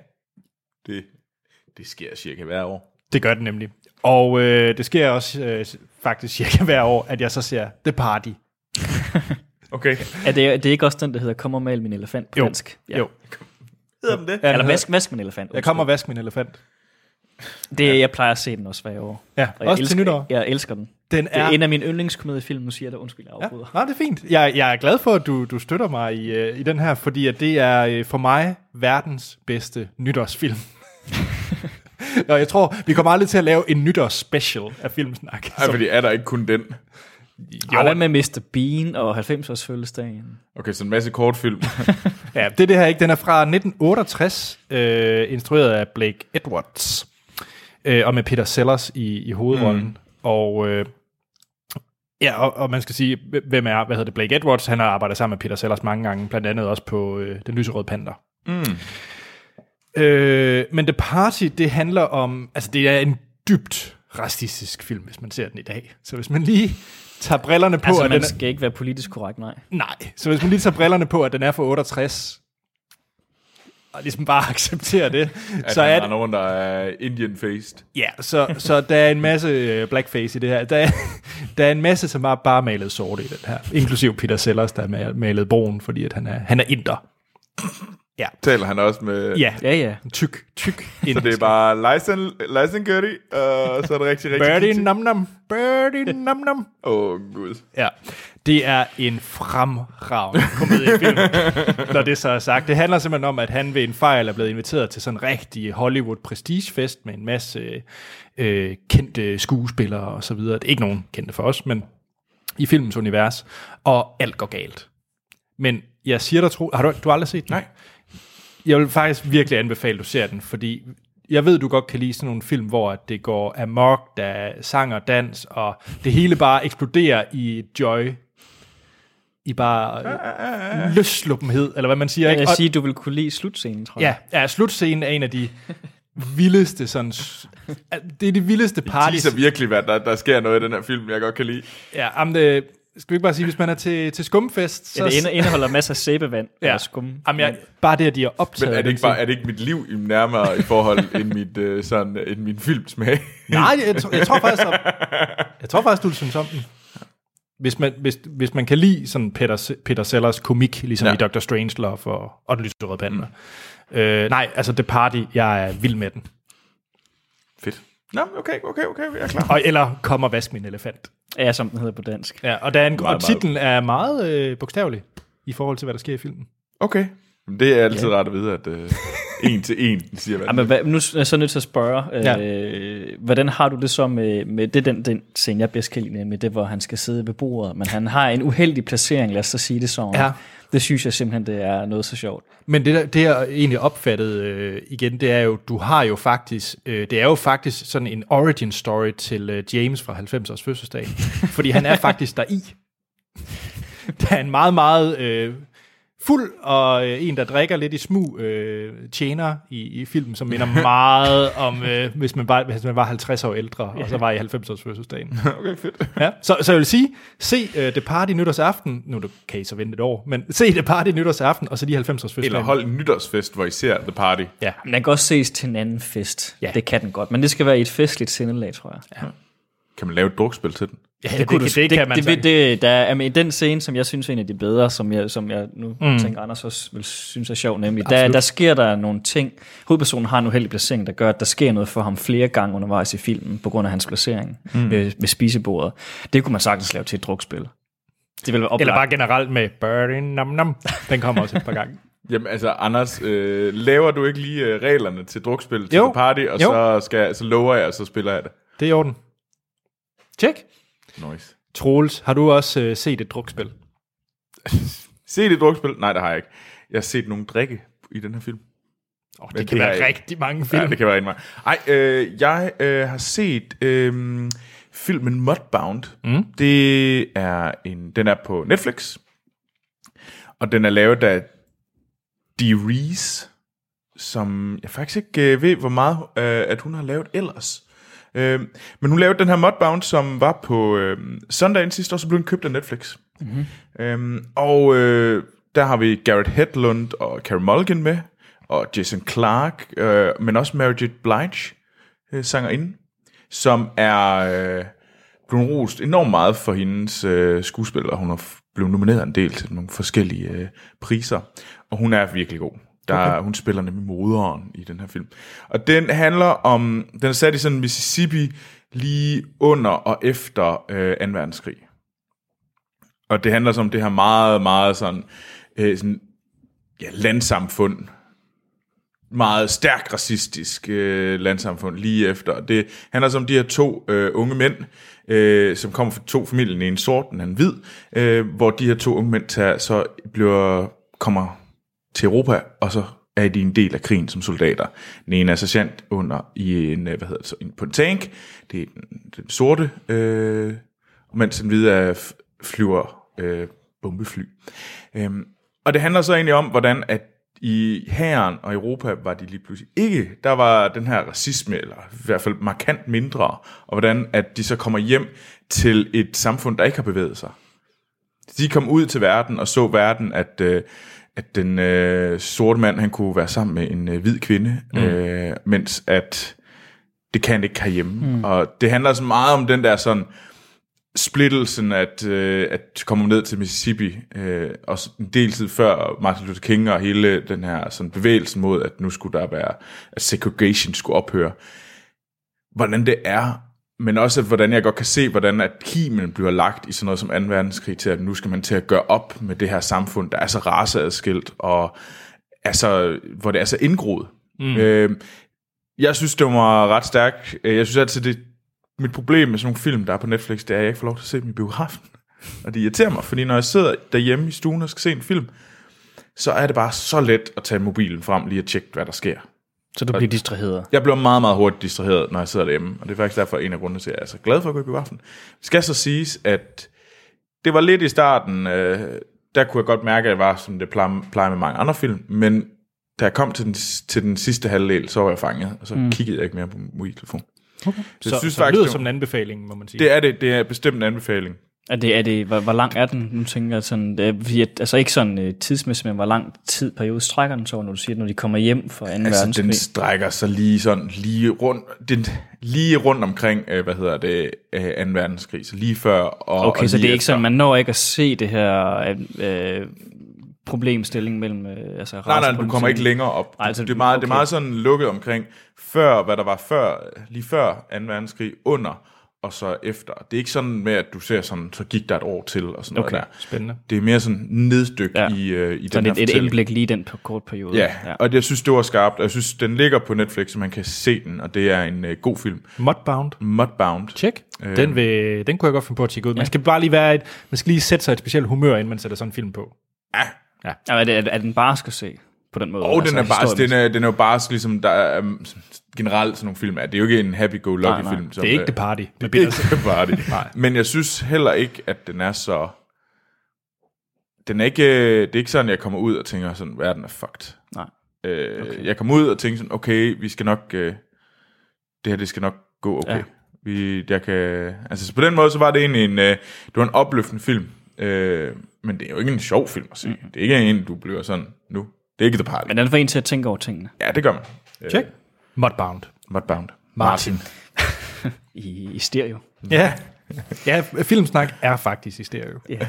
det sker cirka hver år. Det gør det nemlig. Og det sker også faktisk cirka hver år, at jeg så ser The Party. Okay. Er det ikke også den, der hedder Kom og mal min elefant på dansk? Ja. Jo. Hedder den det? Eller vask min elefant. Jeg kommer og vask min elefant. Jeg plejer at se den også hver år. Ja, og også til nytår. Jeg elsker den. Det er en af mine yndlingskomediefilm, nu siger jeg det, undskyld, jeg afbryder. Ja, det er fint. Jeg er glad for, at du støtter mig i den her, fordi at det er for mig verdens bedste nytårsfilm. Og jeg tror, vi kommer aldrig til at lave en nytårsspecial af Filmsnak. Ej, fordi er der ikke kun den? Jo, hvad med Mr. Bean og 90-års fødselsdagen? Okay, så en masse kortfilm. Ja, det her ikke. Den er fra 1968, instrueret af Blake Edwards, og med Peter Sellers i hovedrollen. Og og man skal sige, Blake Edwards? Han har arbejdet sammen med Peter Sellers mange gange, blandt andet også på Den lyserøde panter. Men The Party, det handler om, altså det er en dybt racistisk film, hvis man ser den i dag. Så hvis man lige tager brillerne på... Altså man skal ikke være politisk korrekt, nej. Nej, så hvis man lige tager brillerne på, at den er fra 68, og ligesom bare accepterer det, så er det... nogen, der er Indian-faced. Ja, så der er en masse blackface i det her. Der er en masse, som er bare malet sorte i den her. Inklusiv Peter Sellers, der er malet brun, fordi at han er inder. Ja. Taler han også med... Ja. Tyk. Så det er bare Lysen Gertie, og så er det rigtig Birdie nam-nam. Birdie nam-nam. Gud. Ja. Det er en fremragende komediefilm, når det så er sagt. Det handler simpelthen om, at han ved en fejl er blevet inviteret til sådan en rigtig Hollywood prestigefest med en masse kendte skuespillere og så videre. Det er ikke nogen kendte for os, men i filmens univers. Og alt går galt. Men jeg siger dig, har du aldrig set den? Nej. Jeg vil faktisk virkelig anbefale, at du ser den, fordi jeg ved, du godt kan lide sådan nogle film, hvor det går amok, der er sang og dans, og det hele bare eksploderer i joy. I bare løssluppenhed, eller hvad man siger. Jeg siger, du vil kunne lide slutscenen, tror jeg. Ja, slutscenen er en af de vildeste sådan... Det er det vildeste party. Det viser virkelig, hvad der sker noget i den her film, jeg godt kan lide. Ja, det... Skal vi ikke bare sige, hvis man er til skumfest... Så... Ja, det indeholder masser af sæbevand og skum. Jamen, bare det, at de er optaget... Men er det ikke mit liv nærmere i forhold end min filmsmag? Nej, jeg tror faktisk, du vil synes om den. Hvis man kan lide sådan Peter Sellers komik, ligesom i Dr. Strangelove og Den lyserøde panter. Nej, altså The Party, jeg er vild med den. Fedt. Nå, okay, jeg er klar. Eller Kom og vask min elefant. Ja, som den hedder på dansk. Ja, og titlen er meget bogstavelig i forhold til, hvad der sker i filmen. Okay. Det er altid rart at vide, at en til en siger hvad. Men nu er jeg så nødt til at spørge, hvordan har du det så med det den scene, jeg bedst kan lide, med det, hvor han skal sidde ved bordet, men han har en uheldig placering, lad os så sige det sådan. Ja. Det synes jeg simpelthen, det er noget så sjovt. Men det jeg egentlig opfattede igen, det er jo, du har jo faktisk, det er jo faktisk sådan en origin story til James fra 90'ers fødselsdag, fordi han er faktisk deri. Der er en meget, meget fuld, og en, der drikker lidt i smug tjener i filmen, som minder meget om, hvis man var 50 år ældre, og så var i 90'ers fødselsdagen. Okay, fedt. Ja, så jeg vil sige, se The Party nytårsaften, nu kan I så vente et år, men se The Party nytårsaften, og så de 90'ers fødselsdagen. Eller hold en nytårsfest, hvor I ser The Party. Ja. Men den kan også ses til en anden fest. Ja. Det kan den godt, men det skal være i et festligt sindelag, tror jeg. Ja. Kan man lave et drukspil til den? Ja, det kan man sige. Der er i den scene, som jeg synes er en af de bedre, som jeg nu tænker, Anders også vil synes er sjov, nemlig, der sker der nogle ting. Hovedpersonen har en uheldig placering, der gør, at der sker noget for ham flere gange undervejs i filmen, på grund af hans placering ved spisebordet. Det kunne man sagtens lave til et drukspil. Det vil være oplagt. Eller bare generelt med Burning Nam Nam. Den kommer også et par gange. Jamen altså, Anders, laver du ikke lige reglerne til drukspil til The Party, og så lover jeg, og så spiller jeg det. Det er i orden. Tjek. Nice. Troels, har du også set et drukspil? Set et drukspil? Nej, det har jeg ikke. Jeg har set nogle drikke i den her film. Det kan være rigtig mange film. Ja, det kan være rigtig mange. Jeg har set filmen Mudbound. Det er den er på Netflix, og den er lavet af Dee Reese, som jeg faktisk ikke ved, hvor meget at hun har lavet ellers. Men hun lavede den her Mudbound, som var på søndagen sidste år, så blev den købt af Netflix. Og der har vi Garrett Hedlund og Carey Mulligan med, og Jason Clarke, men også Mary J. Blige, sangerinde, som er blevet rost enormt meget for hendes skuespil, og hun har blevet nomineret en del til nogle forskellige priser, og hun er virkelig god. Hun spiller nemlig moderen i den her film. Og den handler om, den er sat i sådan Mississippi lige under og efter 2. verdenskrig. Og det handler så om det her meget, meget sådan landsamfund. Meget stærkt racistisk landsamfund lige efter. Det handler så om de her 2 unge mænd, som kommer fra 2 familier, en sort, den anden hvid, hvor de her 2 unge mænd kommer til Europa, og så er de en del af krigen som soldater. Den ene er sergeant under i på en tank, det er den sorte, mens den hvide flyver bombefly. Og det handler så egentlig om, hvordan at i hæren og Europa var de lige pludselig ikke. Der var den her racisme, eller i hvert fald markant mindre, og hvordan at de så kommer hjem til et samfund, der ikke har bevæget sig. De kom ud til verden og så verden, at den sorte mand, han kunne være sammen med en hvid kvinde, mens at det kan ikke herhjemme. Og det handler så meget om den der sådan splittelsen, at komme ned til Mississippi, og en del tid før Martin Luther King og hele den her sådan bevægelsen mod, at nu skulle der være, at segregation skulle ophøre. Hvordan det er, men også, hvordan jeg godt kan se, hvordan at kimen bliver lagt i sådan noget som 2. verdenskrig til, at nu skal man til at gøre op med det her samfund, der er så raceadskilt, og hvor det er så indgroet. Jeg synes, det var ret stærkt. Jeg synes altid, mit problem med sådan nogle film, der er på Netflix, det er, at jeg ikke får lov til at se dem i biografen. Og det irriterer mig, fordi når jeg sidder derhjemme i stuen og skal se en film, så er det bare så let at tage mobilen frem lige og tjekke, hvad der sker. Så du bliver distraheret? Jeg bliver meget, meget hurtigt distraheret, når jeg sidder derhjemme. Og det er faktisk derfor en af grundene til, at jeg er så glad for at gå i biografen. Det skal så siges, at det var lidt i starten, der kunne jeg godt mærke, at jeg var, som det plejer med mange andre film. Men da jeg kom til den sidste halvdel, så var jeg fanget, og så kiggede jeg ikke mere på mobiltelefon. Okay. Så det lyder som en anbefaling, må man sige. Det er bestemt en anbefaling. Hvor lang er den? Nu tænker jeg sådan, altså ikke sådan tidsmæssigt, men hvor lang periode strækker den så, når du siger, når de kommer hjem fra 2. verdenskrig? Den strækker sig lige rundt omkring, 2. verdenskrig, så lige før. Okay, så det er ikke sådan, man når ikke at se det her problemstilling mellem nej, du kommer ikke længere op. Altså, det er meget sådan lukket omkring før, hvad der var lige før 2. verdenskrig, under og så efter. Det er ikke sådan med, at du ser sådan, så gik der et år til og sådan noget der. Spændende. Det er mere sådan nedstyk i den her fortælling. Et indblik lige den på kort periode. Ja, og jeg synes, det var skarpt, og jeg synes, den ligger på Netflix, så man kan se den, og det er en god film. Mudbound. Check. Den kunne jeg godt finde på at tjekke ud. Man skal bare lige man skal lige sætte sig et specielt humør, inden man sætter sådan en film på. Ja. Er den barsk at se på den måde? Den er barsk. Den er jo barsk, ligesom der er generelt sådan nogle film er. Det er jo ikke en happy-go-lucky film. Det er ikke The Party. Det er ikke The Party. Men jeg synes heller ikke, at den er så... Det er ikke sådan, jeg kommer ud og tænker sådan, verden er fucked. Nej. Okay. Jeg kommer ud og tænker sådan, okay, vi skal nok... det her, det skal nok gå okay. Ja. Så på den måde, så var det egentlig det var en opløftende film. Men det er jo ikke en sjov film at se. Det er ikke en, du bliver sådan, nu. Det er ikke The Party. Men den får en til at tænke over tingene. Ja, det gør man. Check. Mudbound. Mudbound. Martin. I stereo. Ja. Ja, filmsnak er faktisk i stereo. Ja.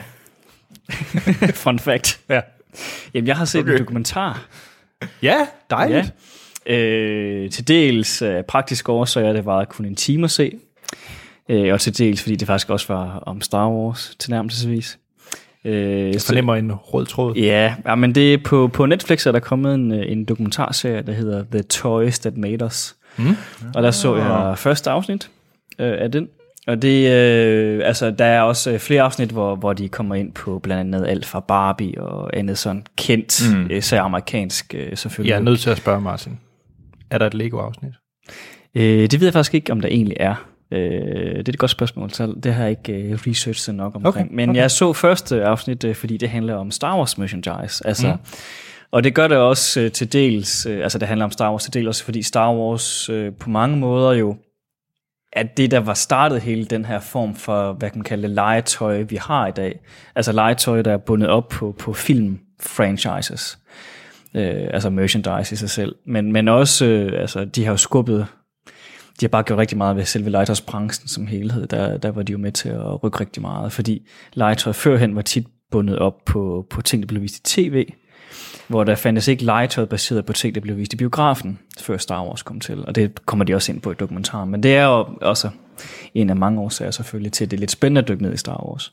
Fun fact. Ja. Jamen, jeg har set en dokumentar. Ja, dejligt. Ja. Til dels praktiske årsager, det var kun en time at se. Og til dels, fordi det faktisk også var om Star Wars tilnærmelsesvis. Jeg fornemmer en rød tråd. Ja, men det er på Netflix er der kommet en dokumentarserie, der hedder The Toys That Made Us. Og der så jeg første afsnit af den. Og det, der er også flere afsnit, hvor de kommer ind på blandt andet alt fra Barbie og andet sådan kendt, især amerikansk selvfølgelig. Jeg er nødt til at spørge Martin. Er der et Lego-afsnit? Det ved jeg faktisk ikke, om der egentlig er. Det er et godt spørgsmål, så det har jeg ikke researchet nok omkring. Men jeg så første afsnit, fordi det handler om Star Wars merchandise. Altså, og det gør det også til dels, det handler om Star Wars til dels også, fordi Star Wars på mange måder jo, at det, der var startet hele den her form for, hvad kan man kalde det, legetøj, vi har i dag. Altså legetøj, der er bundet op på film-franchises. Altså merchandise i sig selv. Men også, de har jo skubbet, de har bare gjort rigtig meget ved selve legetøjsbranchen som helhed. Der var de jo med til at rykke rigtig meget, fordi legetøj førhen var tit bundet op på ting, der blev vist i tv, hvor der fandtes ikke legetøj baseret på ting, der blev vist i biografen, før Star Wars kom til. Og det kommer de også ind på i dokumentaren. Men det er jo også en af mange årsager selvfølgelig til, at det er lidt spændende at dykke ned i Star Wars.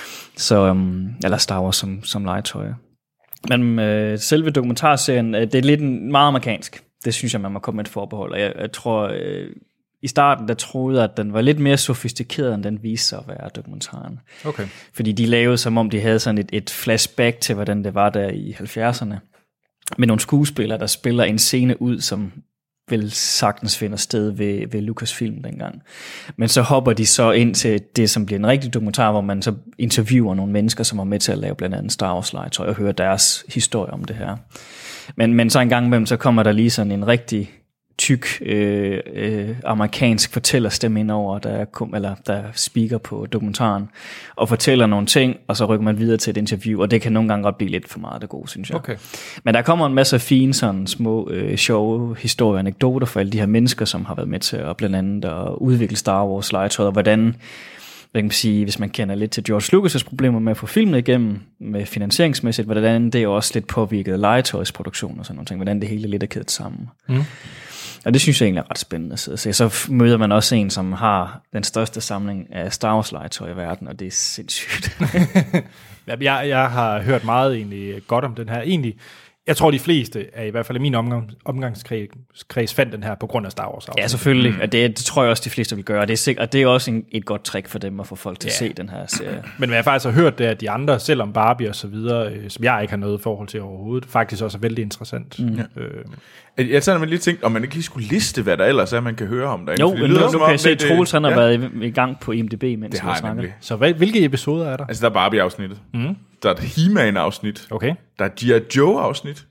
Eller Star Wars som legetøj. Men selve dokumentarserien, det er lidt meget amerikansk. Det synes jeg, man må komme med et forbehold. Og jeg tror, i starten, der troede jeg, at den var lidt mere sofistikeret, end den viste sig at være, dokumentaren. Okay. Fordi de lavede, som om de havde sådan et flashback til, hvordan det var der i 70'erne. Med nogle skuespillere, der spiller en scene ud, som vil sagtens finde sted ved Lucasfilm dengang. Men så hopper de så ind til det, som bliver en rigtig dokumentar, hvor man så interviewer nogle mennesker, som var med til at lave blandt andet Star Wars legetøj, og høre deres historie om det her. Men så en gang imellem, så kommer der lige sådan en rigtig tyk amerikansk fortællerstemme ind over, der speaker på dokumentaren, og fortæller nogle ting, og så rykker man videre til et interview, og det kan nogle gange godt blive lidt for meget det gode, synes jeg. Okay. Men der kommer en masse fine, sådan små, sjove historier og anekdoter for alle de her mennesker, som har været med til at blandt andet at udvikle Star Wars legetøj, og hvordan, hvad kan man sige, hvis man kender lidt til George Lucas' problemer med at få filmet igennem, med finansieringsmæssigt, hvordan det er også lidt påvirket legetøjsproduktion og sådan nogle ting, hvordan det hele lidt er kædet sammen. Og det synes jeg egentlig er ret spændende at sidde og se. Så møder man også en, som har den største samling af Star Wars legetøj i verden, og det er sindssygt. Jeg har hørt meget egentlig godt om den her. Egentlig, jeg tror de fleste, i hvert fald i min omgangskreds, fandt den her på grund af Star Wars. Ja, selvfølgelig. Og det tror jeg også de fleste vil gøre. Det er sikkert, og det er også et godt trick for dem at få folk til at se den her serie. Men hvad jeg faktisk har hørt, det er, at de andre, selvom Barbie og så videre, som jeg ikke har noget forhold til overhovedet, faktisk også er vældig interessant. Jeg tænker, man lige tænkt, om man ikke skulle liste, hvad der ellers er, man kan høre om derinde. Jo, nu kan jeg se, at Troels han har været i gang på IMDb, mens vi snakker. Så hvilke episoder er der? Altså, der er Barbie-afsnittet. Der er et He-Man-afsnit. Okay. Der er G.I. Joe-afsnit.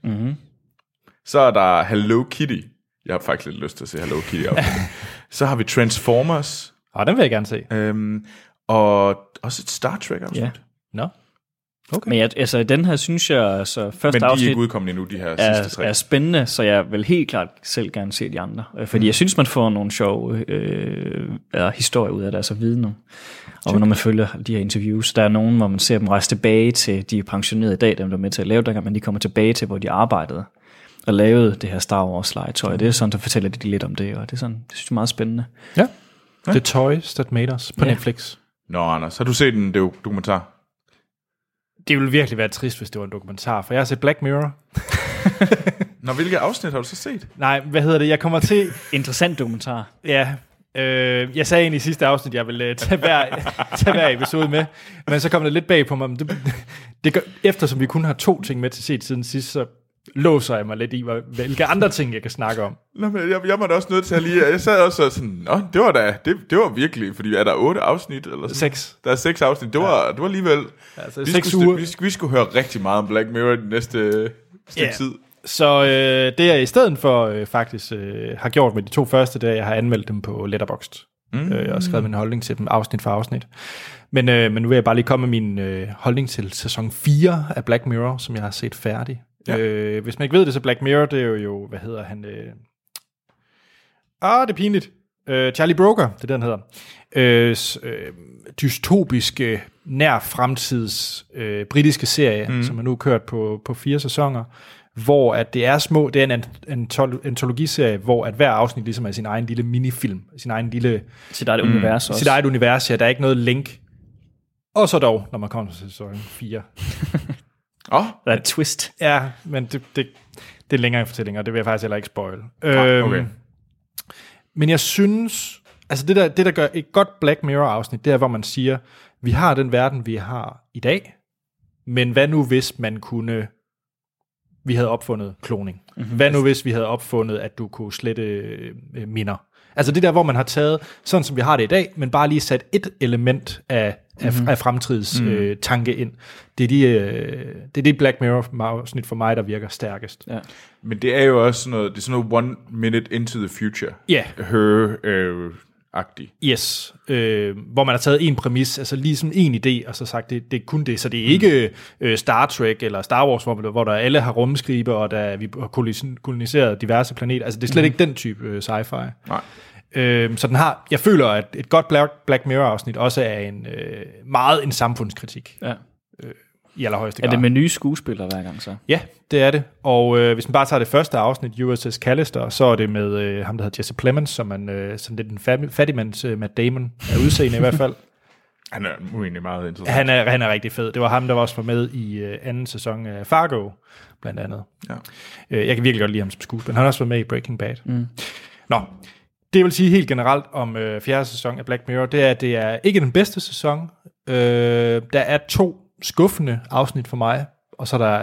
Så er der Hello Kitty. Jeg har faktisk lidt lyst til at se Hello Kitty-afsnit. Så har vi Transformers. Den vil jeg gerne se. Og også et Star Trek-afsnit. Ja. Nå. Okay. Men den her synes jeg, så første afsnit... Men de er ikke udkommet endnu, de her sidste 3. Er spændende, så jeg vil helt klart selv gerne se de andre. Fordi jeg synes, man får nogle sjove historier ud af det, altså viden om. Og når man følger de her interviews, der er nogen, hvor man ser dem rejse tilbage til, de er pensionerede i dag, dem der er med til at lave det, men de kommer tilbage til, hvor de arbejdede og lavede det her Star Wars legetøj. Det er sådan, så fortæller de lidt om det, og det er sådan, det synes jeg er meget spændende. Ja. The Toys That Made Us på Netflix. Nå, Anders, har du set den dokumentar? Det ville virkelig være trist, hvis det var en dokumentar, for jeg har set Black Mirror. Nå, hvilke afsnit har du så set? Nej, hvad hedder det? Jeg kommer til... Interessant dokumentar. Ja, jeg sagde egentlig i sidste afsnit, jeg ville tage hver episode med, men så kom det lidt bag på mig. Det gør, eftersom vi kun har 2 ting med til set siden sidst, så låser jeg mig lidt i, hvilke andre ting, jeg kan snakke om. Nå, men jeg var da også nødt til at lige... Jeg sad også sådan... Nå, det var virkelig... Fordi er der 8 afsnit? Eller sådan? 6. Der er 6 afsnit. Det var alligevel... Altså, 6 uger. Vi skulle høre rigtig meget om Black Mirror den næste stykke tid. Så det jeg i stedet for faktisk har gjort med de 2 første, det er, jeg har anmeldt dem på Letterboxd. Og skrevet min holdning til dem afsnit for afsnit. Men nu vil jeg bare lige komme med min holdning til sæson 4 af Black Mirror, som jeg har set færdig. Ja. Hvis man ikke ved det, så Black Mirror, det er jo hvad hedder han? Det er pinligt. Charlie Brooker, det den hedder. Dystopiske, nær fremtids britiske serie, som er nu kørt på 4 sæsoner, hvor at det er en antologiserie, hvor at hver afsnit ligesom er sin egen lille minifilm, sit eget univers også. Sit eget univers, ja, der er ikke noget link. Og så dog, når man kommer til sæson 4. Der er et twist. Ja, men det er længere fortællinger, det vil jeg faktisk heller ikke spoil. Okay. Men jeg synes, altså det der gør et godt Black Mirror-afsnit, det er, hvor man siger, vi har den verden, vi har i dag, men hvad nu hvis vi havde opfundet kloning? Mm-hmm. Hvad nu hvis vi havde opfundet, at du kunne slette minder? Altså det der, hvor man har taget, sådan som vi har det i dag, men bare lige sat et element af fremtids tanke ind. Det er det Black Mirror-afsnit for mig, der virker stærkest. Ja. Men det er jo også sådan noget 1 minute into the future. Ja. Agtig. Yes. Hvor man har taget en præmis, altså ligesom en idé, og så sagt, det er kun det. Så det er ikke Star Trek eller Star Wars, hvor der alle har rumskibe, og der vi har koloniseret diverse planeter. Altså det er slet ikke den type sci-fi. Nej. Så jeg føler, at et godt Black Mirror-afsnit også er meget en samfundskritik. Ja. I allerhøjeste grad. Er det med nye skuespillere hver gang så? Ja, det er det. Og hvis man bare tager det første afsnit, USS Callister, så er det med ham, der hedder Jesse Plemons, som sådan lidt en fattigmands Matt Damon af udseende i hvert fald. Han er egentlig meget interessant. Han er rigtig fed. Det var ham, der også var med i anden sæson af Fargo, blandt andet. Ja. Jeg kan virkelig godt lide ham som skuespiller. Han har også været med i Breaking Bad. Nå, det jeg vil sige helt generelt om 4. sæson af Black Mirror, det er, at det er ikke den bedste sæson. Der er 2 skuffende afsnit for mig, og så er der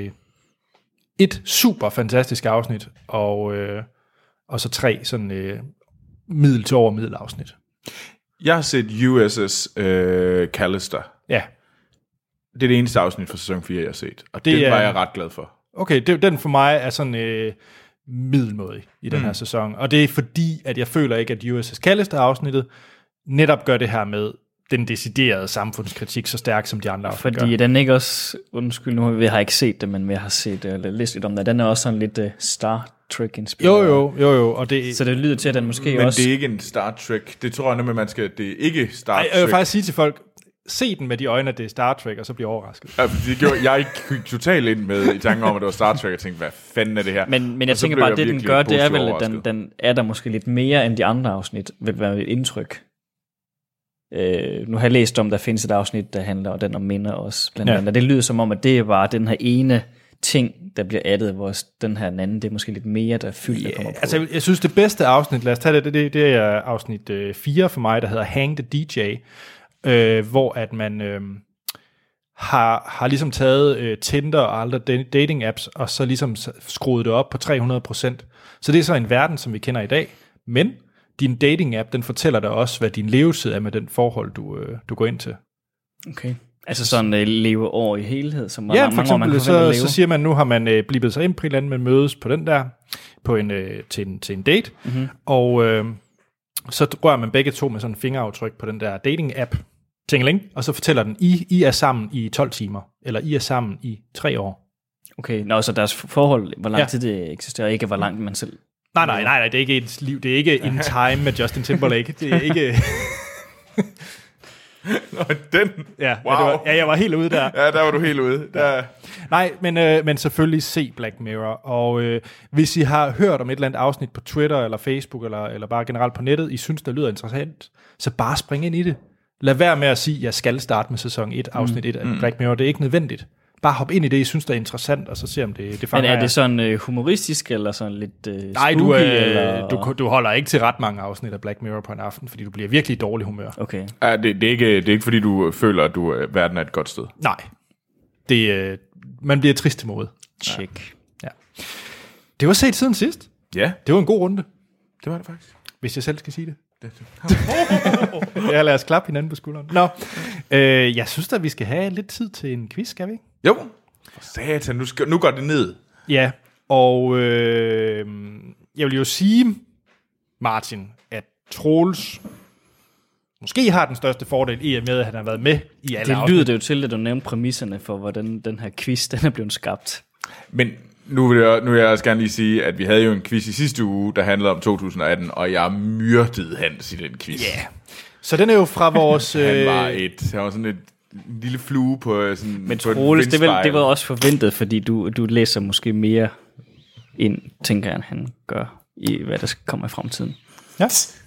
et super fantastisk afsnit, og så 3 sådan middel til over middel afsnit. Jeg har set USS Callister. Ja. Det er det eneste afsnit fra sæson 4, jeg har set, og det var jeg ret glad for. Okay, den for mig er sådan middelmådig i den her sæson, og det er fordi, at jeg føler ikke, at USS Callister-afsnittet netop gør det her med den deciderede samfundskritik så stærk, som de andre afsnit gør. Fordi den ikke også, undskyld nu, vi har ikke set det, men vi har set eller læst lidt om det, den er også sådan lidt Star Trek-inspireret. Jo, og det... Så det lyder til, at den måske men også... Men det er ikke en Star Trek. Det tror jeg nemlig, man skal... Det er ikke Star Trek. Jeg vil faktisk sige til folk, se den med de øjne, at det er Star Trek, og så bliver overrasket. Ja, det gjorde jeg ikke totalt ind med i tanken om, at det var Star Trek, og tænkte, hvad fanden er det her? Men jeg tænker bare, at det den gør, det er vel, at den er der måske lidt mere end de andre afsnit, vil være et indtryk. Nu har jeg læst om, der findes et afsnit, der handler om den om minder også, blandt andet. Og det lyder som om, at det var den her ene ting, der bliver addet, hvor den her anden, det er måske lidt mere, der fyldt, der kommer på. Altså, jeg synes, det bedste afsnit, lad os tage det er afsnit 4 for mig, der hedder Hang the DJ, hvor at man har ligesom taget Tinder og andre dating apps, og så ligesom skruet det op på 300%. Så det er så en verden, som vi kender i dag, men din dating-app, den fortæller dig også, hvad din levetid er med den forhold, du går ind til. Okay. Altså sådan leveår i helhed, som ja, for eksempel så siger man, nu har man blivet sig ind på et eller andet, man mødes på den der, til en date, og så rører man begge to med sådan en fingeraftryk på den der dating-app, Tingeling, og så fortæller den, I er sammen i 12 timer, eller I er sammen i 3 år. Okay, så deres forhold, hvor lang tid det eksisterer, ikke hvor langt man selv... Nej, det er ikke ens liv. Det er ikke In Time med Justin Timberlake. Det er ikke... Nå, den? Ja, wow. Jeg var helt ude der. Ja, der var du helt ude. Der. Nej, men selvfølgelig se Black Mirror. Og hvis I har hørt om et eller andet afsnit på Twitter eller Facebook, eller bare generelt på nettet, I synes, det lyder interessant, så bare spring ind i det. Lad være med at sige, at jeg skal starte med sæson 1, afsnit 1 af Black Mirror. Det er ikke nødvendigt. Bare hop ind i det, I synes, det er interessant, og så se, om det fanger. Men er det sådan humoristisk, eller sådan lidt spooky? Nej, du holder ikke til ret mange afsnit af Black Mirror på en aften, fordi du bliver virkelig i dårlig humør. Okay. Ja, det er ikke, fordi du føler, at verden er et godt sted. Nej. Man bliver trist til måde. Check. Ja. Det var set siden sidst. Ja. Det var en god runde. Det var det faktisk. Hvis jeg selv skal sige det. Ja, lad os klappe hinanden på skulderen. Nå, jeg synes at vi skal have lidt tid til en quiz, skal vi ikke? Jo. For satan, nu går det ned. Ja, og jeg vil jo sige, Martin, at Troels måske har den største fordel i og med, at han har været med i alle afsnit. Det lyder det jo til, at du nævnte præmisserne for, hvordan den her quiz den er blevet skabt. Men Nu vil jeg også gerne lige sige, at vi havde jo en quiz i sidste uge, der handlede om 2018, og jeg myrdede Hans i den quiz. Ja. Yeah. Så den er jo fra vores... Han var sådan en lille flue på sådan. Men Troels, det var også forventet, fordi du læser måske mere ind, tænker jeg, end han gør i, hvad der kommer i fremtiden. Ja.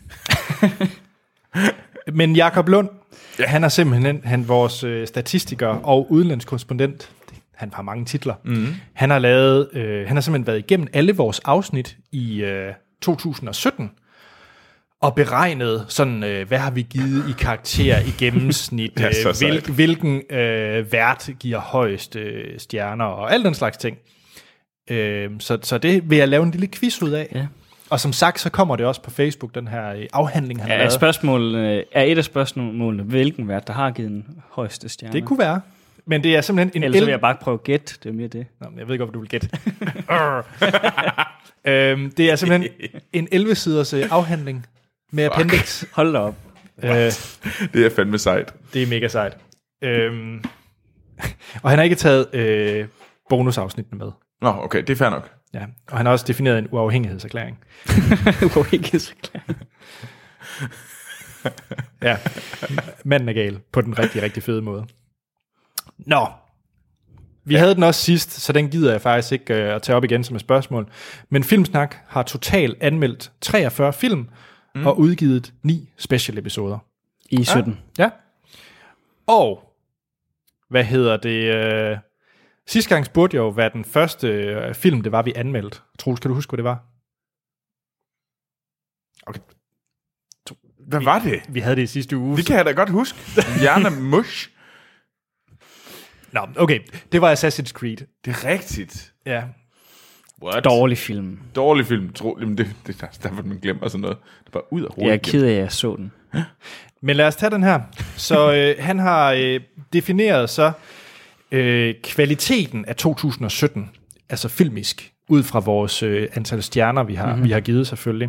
Men Jakob Lund, han er simpelthen vores statistiker og udenlandskorrespondent. Han har mange titler. Mm-hmm. Han har simpelthen været igennem alle vores afsnit i 2017 og beregnet sådan, hvad har vi givet i karakter i gennemsnit, hvilken vært giver højst stjerner og alt den slags ting. Så det vil jeg lave en lille quiz ud af. Ja. Og som sagt, så kommer det også på Facebook, den her afhandling, han har lavet. Er et af spørgsmålene, hvilken vært, der har givet den højeste stjerne? Det kunne være. Men det er simpelthen en... Ellers vil jeg bare prøve at gætte. Det er mere det. Nå, jeg ved ikke, hvad du vil gætte. Det er simpelthen en 11-siders afhandling med appendix. Hold da op. Det er fandme sejt. Det er mega sejt. Og han har ikke taget bonusafsnittene med. Nå, okay, det er fair nok. Ja, og han har også defineret en uafhængighedserklæring. Uafhængighedserklæring. Ja, manden er gal på den rigtig, rigtig fede måde. Nå, vi havde den også sidst, så den gider jeg faktisk ikke at tage op igen som et spørgsmål. Men Filmsnak har totalt anmeldt 43 film og udgivet 9 special episoder. I 17. Ja. Og, sidste gang spurgte jeg jo, hvad den første film, det var, vi anmeldte. Troels, kan du huske, hvad det var? Okay. Hvad var det? Vi havde det i sidste uge. Det kan jeg da godt huske. Hjerne mush. Nå, okay. Det var Assassin's Creed. Det er rigtigt. Ja. What? Dårlig film. Dårlig film. Jamen det derfor man glemmer sådan noget. Det er bare ud af hovedet. Jeg er ked af, at jeg så den. Men lad os tage den her. Så han har defineret så kvaliteten af 2017, altså filmisk, ud fra vores antal stjerner, vi har givet selvfølgelig.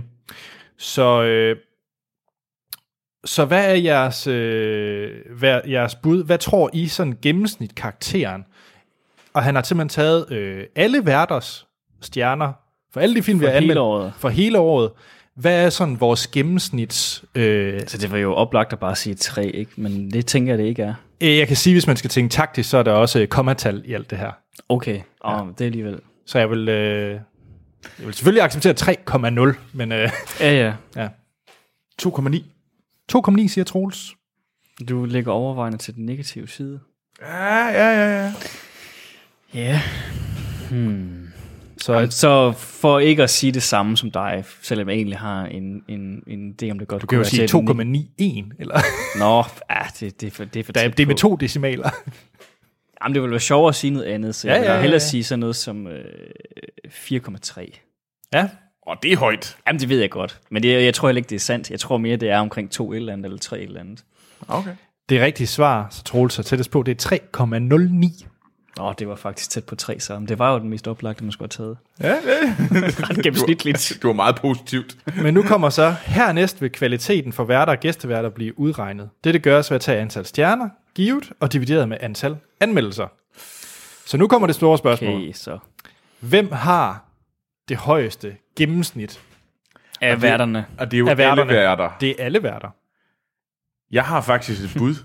Så hvad er jeres bud? Hvad tror I sådan gennemsnit karakteren? Og han har simpelthen taget alle værters stjerner for alle de film, vi har anmeldt for hele året. Hvad er sådan vores gennemsnits... Så det var jo oplagt at bare sige 3, ikke? Men det tænker jeg, det ikke er. Jeg kan sige, hvis man skal tænke taktisk, så er der også kommatal i alt det her. Okay, det er alligevel. Så jeg vil selvfølgelig acceptere 3,0, men... Ja. 2,9. 2,9, siger Troels. Du lægger overvejende til den negative side. Ja. Ja. Så for ikke at sige det samme som dig, selvom jeg egentlig har en idé om det godt. Du kan jo sige 2,91, eller? Nå, det er for det er med 2 decimaler. Jamen, det ville være sjovere at sige noget andet, så jeg vil hellere sige sådan noget som 4,3. Ja. Det er højt. Jamen, det ved jeg godt. Men jeg tror heller ikke, det er sandt. Jeg tror mere, det er omkring 2 et eller andet, eller 3 et eller andet. Okay. Det rigtige svar, så Troels så tættest på, det er 3,09. Det var faktisk tæt på 3, så det var jo den mest oplagte, man skulle have taget. Ja, ret gennemsnitligt. Du var meget positivt. Men nu kommer så, hernæst vil kvaliteten for værter og gæsteværter blive udregnet. Dette gøres ved at tage antal stjerner, givet og divideret med antal anmeldelser. Så nu kommer det store spørgsmål. Okay, så. Hvem har det højeste gennemsnit af værterne? Og det er jo alle værter. Det er alle værter. Jeg har faktisk et bud.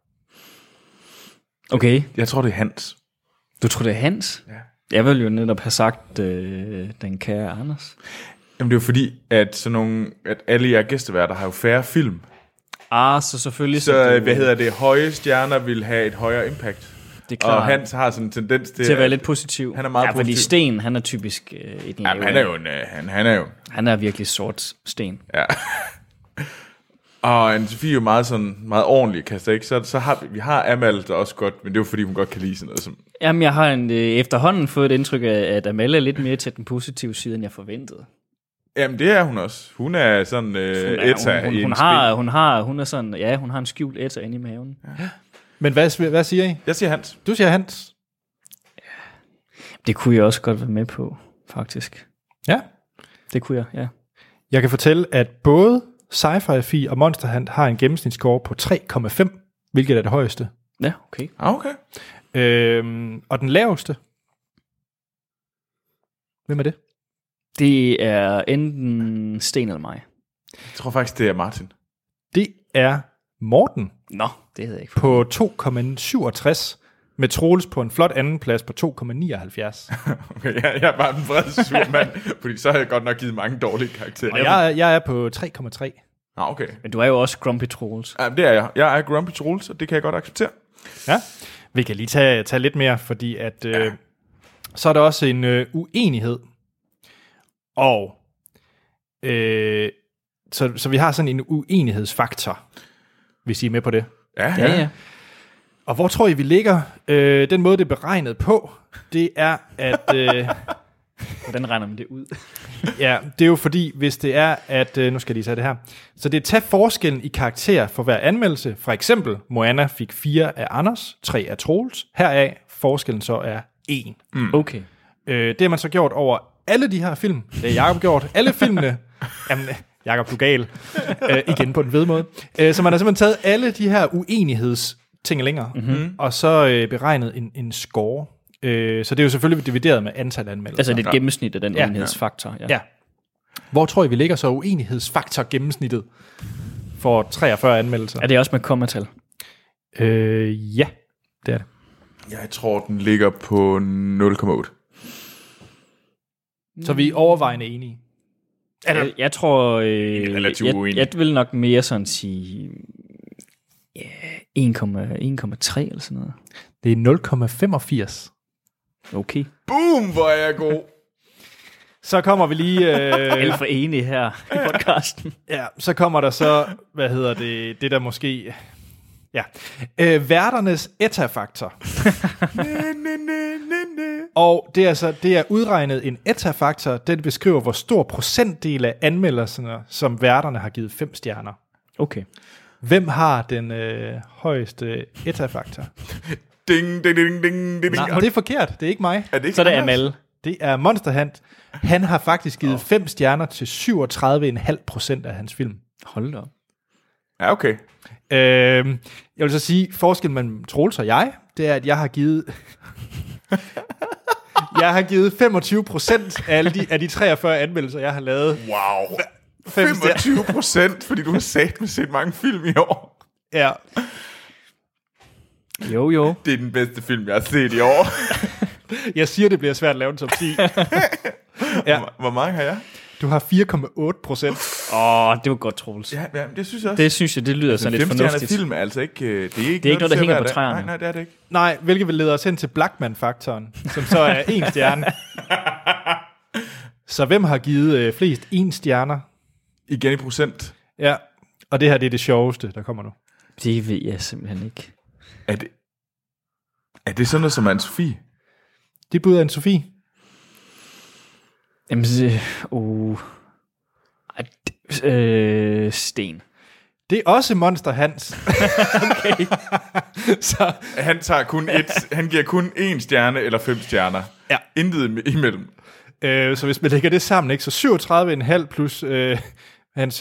Okay. Jeg tror, det er Hans. Du tror, det er Hans? Ja. Jeg vil jo netop have sagt den kære Anders. Jamen det er jo fordi, at alle jer gæsteværter har jo færre film. Så selvfølgelig. Så høje stjerner vil have et højere impact. Det er klart. Og Hans har sådan en tendens til at være lidt positiv. Han er meget positiv. Fordi Sten, han er typisk et lave. Han er virkelig sort sten. Ja. Og Anne-Sophie er jo meget ordentlig, kaster ikke? Så har vi har Amal der også godt, men det er jo fordi, hun godt kan lide sådan noget som... Jamen, jeg har efterhånden fået et indtryk af, at Amal er lidt mere til den positive side, end jeg forventede. Jamen, det er hun også. Hun er sådan etta i en hun har en skjult etta inde i maven. Ja. Men hvad siger I? Jeg siger Hans. Du siger Hans? Ja. Det kunne jeg også godt være med på, faktisk. Ja? Det kunne jeg, ja. Jeg kan fortælle, at både Sci-Fi og Monster Hunt har en gennemsnitsscore på 3,5, hvilket er det højeste. Ja, okay. Okay. Og den laveste? Hvem er det? Det er enten Sten eller mig. Jeg tror faktisk, det er Martin. Det er Morten Nå, det havde jeg ikke. på 2,67, med Troels på en flot andenplads på 2,79. Okay, jeg er bare den vrede sur mand, fordi så har jeg godt nok givet mange dårlige karakterer. Og jeg er på 3,3. Okay. Men du er jo også Grumpy Troels. Ja, det er jeg. Jeg er Grumpy Troels, og det kan jeg godt acceptere. Ja, vi kan lige tage lidt mere, fordi at så er der også en uenighed. Og så vi har sådan en uenighedsfaktor, hvis I er med på det. Ja. Og hvor tror I, vi ligger? Den måde, det er beregnet på, det er, at... Hvordan regner man det ud? Ja, det er jo fordi, hvis det er, at... nu skal jeg lige tage det her. Så det er tage forskellen i karakter for hver anmeldelse. For eksempel, Moana fik 4 af Anders, 3 af Troels. Heraf forskellen så er 1. Okay. Det har man så gjort over alle de her film. Det har Jacob gjort. Alle filmene... Jamen, Jacob, du er gal. Igen på den vedmåde. Så man har simpelthen taget alle de her uenighedsting længere, og så beregnet en score. Så det er jo selvfølgelig divideret med antal anmeldelser. Altså det er et gennemsnit af den uenighedsfaktor. Ja. Hvor tror I, vi ligger så uenighedsfaktor gennemsnittet for 43 anmeldelser? Er det også med kommatal? Ja, det er det. Jeg tror, den ligger på 0,8. Så vi er overvejende enige. Jeg tror... relativt uenig. Jeg vil nok mere sådan sige... 1,3 eller sådan noget. Det er 0,85. Okay. Boom, hvor er jeg god. Så kommer vi lige... Alt for enige her i podcasten. Ja, så kommer der så, det der måske... Ja. Værternes eta-faktor. Og det er udregnet en eta-faktor, den beskriver, hvor stor procentdel af anmeldelserne, som værterne har givet 5 stjerner. Okay. Hvem har den højeste eta-faktor? Ding, ding, ding, ding, ding. Nej, det er forkert. Det er ikke mig. Er det ikke Så det er Amal. Det er Monster Hunt. Han har faktisk givet 5 stjerner til 37,5% af hans film. Hold da op. Ja, okay. Jeg vil så sige, forskellen mellem Troels og jeg, det er, at jeg har givet... jeg har givet 25% af de 43 anmeldelser, jeg har lavet. Wow. 25%, fordi du har set mange film i år. Ja. Jo. Det er den bedste film, jeg har set i år. Jeg siger, det bliver svært at lave en top 10. Ja. Hvor mange har jeg? Du har 4,8%. Det var godt, Troels. Ja, det synes jeg også. Det synes jeg, det lyder sådan lidt fornuftigt. Film er altså ikke... Det er ikke noget, der hænger på træerne. Nej, det er det ikke. Nej, hvilket vil lede os hen til Blackman-faktoren, som så er 1 stjerne. Så hvem har givet flest 1 stjerner? Igen i procent. Ja, og det her det er det sjoveste, der kommer nu. Det ved jeg simpelthen ikke. Er det sådan noget som Anne-Sophie? Det bud af Anne-Sophie. Jamen, Sten. Det er også Monster Hans. Okay. Så Han giver kun 1 stjerne eller 5 stjerner. Ja. Intet imellem. Så hvis man lægger det sammen, ikke, så 37,5 plus hans 25%.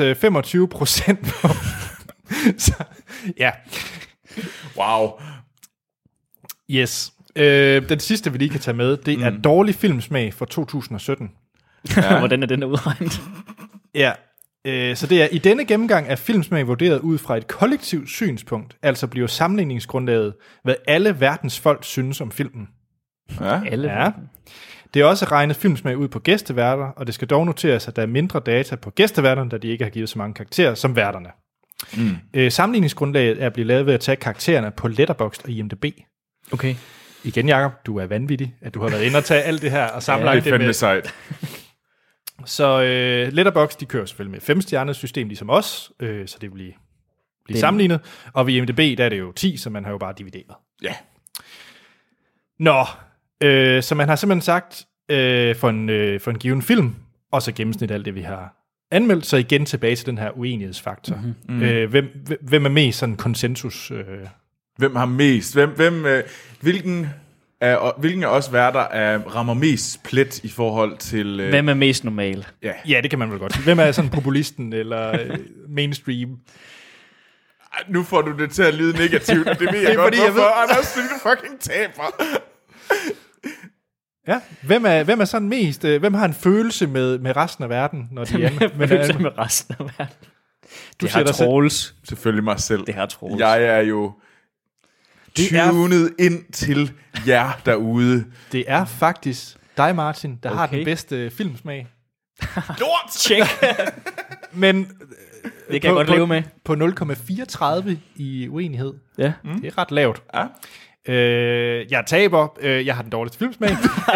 Så, ja. Wow. Yes. Den sidste, vi lige kan tage med, det er dårlig filmsmag for 2017. Ja. Hvordan er den udregnet? Ja. Så det er, i denne gennemgang er filmsmag vurderet ud fra et kollektivt synspunkt, altså bliver sammenligningsgrundlaget, hvad alle verdens folk synes om filmen. Ja. Alle. Ja. Det er også regnet filmsmag ud på gæsteværter, og det skal dog noteres, at der er mindre data på gæsteværterne, da de ikke har givet så mange karakterer som værterne. Sammenligningsgrundlaget er blevet lavet ved at tage karaktererne på Letterboxd og IMDb. Okay. Igen, Jacob, du er vanvittig, at du har været inde og tage alt det her og sammenlagt det med. Sejt. Så Letterboxd, de kører selvfølgelig med 5-stjerners system, ligesom os, så det vil blive sammenlignet. Og ved IMDb, der er det jo 10, så man har jo bare divideret. Ja. Nå, så man har simpelthen sagt for en given film, og så gennemsnit alt det, vi har anmeldt, så igen tilbage til den her uenighedsfaktor. Hvem er mest sådan konsensus? Hvem har mest? Hvilken af os værter rammer mest plet i forhold til... Hvem er mest normal? Ja, det kan man vel godt sige. Hvem er sådan populisten eller mainstream? Nu får du det til at lyde negativt, og det ved jeg godt, hvorfor. Anders, du fucking taber. Ja, hvem er sådan mest, hvem har en følelse med resten af verden, når de er med resten af verden? Det har Troels. Selvfølgelig mig selv. Det har Troels. Jeg er jo tunet ind til jer derude. Det er faktisk dig, Martin, der har den bedste filmsmag. Lort! Check. Men det kan jeg godt leve med. På 0,34 i uenighed. Ja. Det er ret lavt. Ja. Jeg taber. Jeg har den dårligste filmsmag.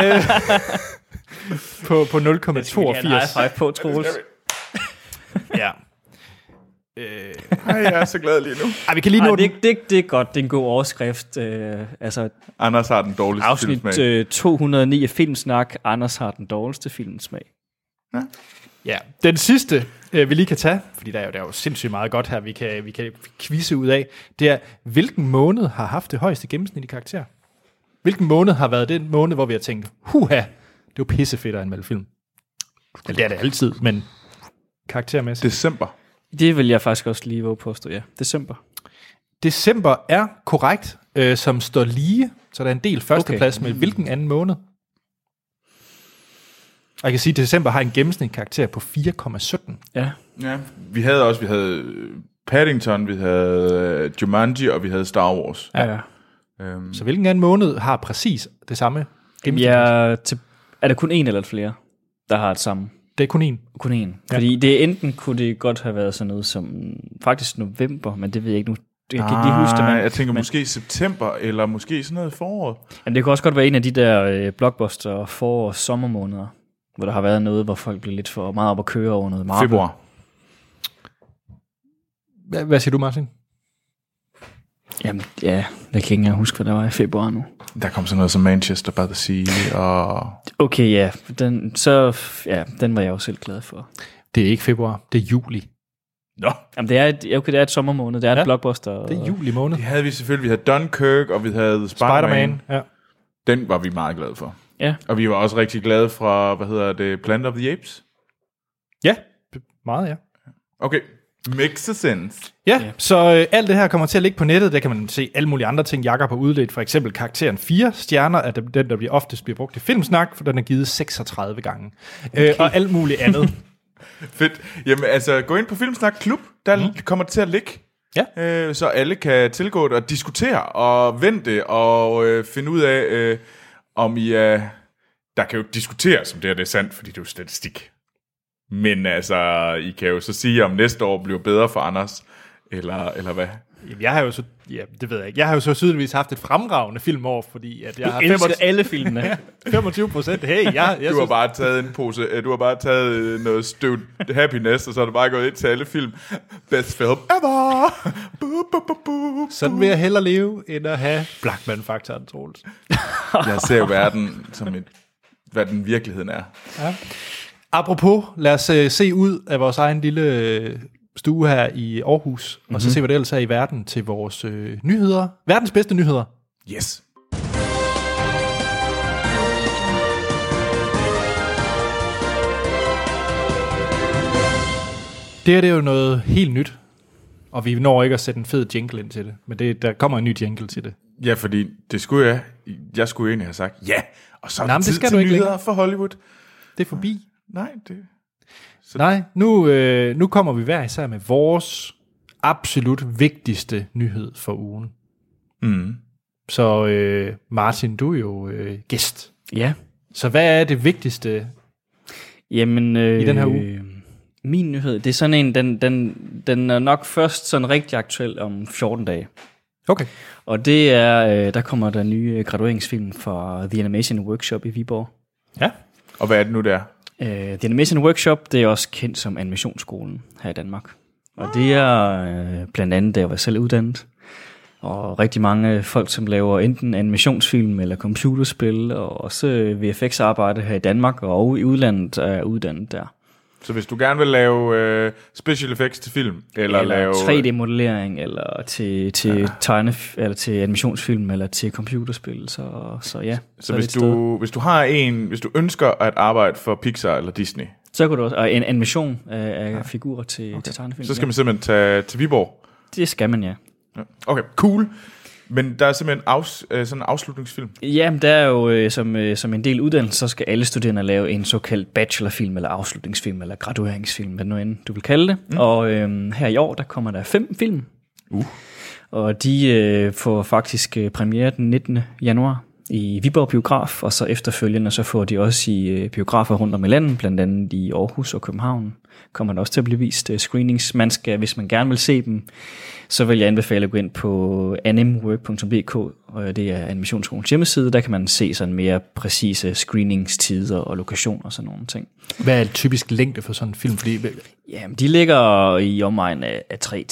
på 0,82. High five på, Troels. Ja. Jeg er så glad lige nu. Vi kan lige nå den. Det er godt. Det er en god overskrift. Anders har den dårligste filmsmag. Afsnit 209 af Filmsnak. Anders har den dårligste filmsmag. Ja. Den sidste, vi lige kan tage, fordi der er jo sindssygt meget godt her, vi kan quizze ud af, det er, hvilken måned har haft det højeste gennemsnit i karakter? Hvilken måned har været den måned, hvor vi har tænkt, det var pissefedt at anmelde film? Eller det er det altid, men karaktermæssigt. December. Det vil jeg faktisk også lige våge påstå, ja. December. December er korrekt, som står lige, så der er en del førsteplads med hvilken anden måned? Og jeg kan sige, at december har en gennemsnitlig karakter på 4,17. Ja. Vi havde Paddington, vi havde Jumanji, og vi havde Star Wars. Ja. Så hvilken anden måned har præcis det samme gennemsnit? Er der kun en eller flere, der har det samme? Det er kun en. Kun en. Ja. Fordi det enten kunne det godt have været sådan noget som faktisk november, men det ved jeg ikke nu. Jeg kan ikke lige huske det. Jeg tænker måske september, eller måske sådan noget i foråret. Jamen, det kunne også godt være en af de der blockbuster forårs sommermåneder, hvor der har været noget, hvor folk blev lidt for meget op at køre over noget Marvel. Februar. Hvad siger du, Martin? Jamen, ja, jeg kan ikke engang huske, hvad der var i februar nu. Der kom sådan noget som Manchester by the Sea, og... Okay, ja. Den var jeg jo selv glad for. Det er ikke februar, det er juli. Nå. Jamen, det er et sommermåned, det er et blockbuster. Det er juli måned. Det havde vi selvfølgelig. Vi havde Dunkirk, og vi havde Spider-Man. Ja. Den var vi meget glade for. Ja. Og vi var også rigtig glade fra, Planet of the Apes? Ja, meget, ja. Okay, makes sense. Ja, så alt det her kommer til at ligge på nettet. Der kan man se alle mulige andre ting, Jakob har udledt. For eksempel karakteren 4 stjerner, er den, der oftest bliver brugt i Filmsnak, for den er givet 36 gange. Okay. Og alt muligt andet. Fedt. Jamen altså, gå ind på Filmsnak Klub, der kommer det til at ligge. Ja. Så alle kan tilgå det og diskutere og vente og finde ud af, om I er... Der kan jo diskuteres, om det er sandt, fordi det er jo statistik. Men altså, I kan jo så sige, om næste år bliver bedre for Anders, eller hvad? Jamen, jeg har jo så... Ja, det ved jeg ikke. Jeg har jo så tydeligvis haft et fremragende filmår, fordi at jeg har... elsker alle filmene. 25%. Hey, jeg du har bare taget en pose... Du har bare taget noget støvt happiness, og så har du bare gået ind til alle film. Best film ever! Sådan vil jeg hellere leve, end at have Blackman-faktoren, Troels. Jeg ser jo verden som hvad den virkeligheden er. Ja. Apropos, lad os se ud af vores egen lille stue her i Aarhus, og så se, hvad det ellers er i verden til vores nyheder. Verdens bedste nyheder. Yes. Det er jo noget helt nyt, og vi når ikke at sætte en fed jingle ind til det, men der kommer en ny jingle til det. Ja, fordi det skulle jeg skulle egentlig have sagt ja, og så er det tid til nyheder længere for Hollywood. Det er forbi. Nej, det... Nej, nu kommer vi hver især med vores absolut vigtigste nyhed for ugen. Mm. Så Martin, du er jo gæst. Ja. Så hvad er det vigtigste i den her uge? Min nyhed, det er sådan en, den er nok først sådan rigtig aktuel om 14 dage. Okay. Og det er, der kommer der nye gradueringsfilm fra The Animation Workshop i Viborg. Ja. Og hvad er det nu, der? The Animation Workshop, det er også kendt som Animationsskolen her i Danmark. Og det er blandt andet, der jeg var selv uddannet. Og rigtig mange folk, som laver enten animationsfilm eller computerspil, og også VFX-arbejde her i Danmark og i udlandet er uddannet der. Så hvis du gerne vil lave special effects til film, eller lave 3D-modellering, eller til eller til animationsfilm, eller til computerspil, så ja. Så hvis du ønsker at arbejde for Pixar eller Disney, så kan du også, og en animation af figurer til tegnefilm. Så skal man simpelthen tage til Viborg. Det skal man, ja. Okay, cool. Men der er simpelthen sådan en afslutningsfilm? Ja, der er jo som en del uddannelse, så skal alle studerende lave en såkaldt bachelorfilm, eller afslutningsfilm, eller gradueringsfilm, hvad nu end du vil kalde det. Og her i år, der kommer der 5 film. Og de får faktisk premiere den 19. januar i Viborg Biograf, og så efterfølgende så får de også i biografer rundt om i landet, blandt andet i Aarhus og København, kommer der også til at blive vist screenings. Man skal, hvis man gerne vil se dem, så vil jeg anbefale at gå ind på animwork.dk, og det er animationsskolens hjemmeside, der kan man se sådan mere præcise screeningstider og lokationer og sådan nogle ting. Hvad er et typisk længde for sådan en film? Fordi... Jamen, de ligger i omegn af 3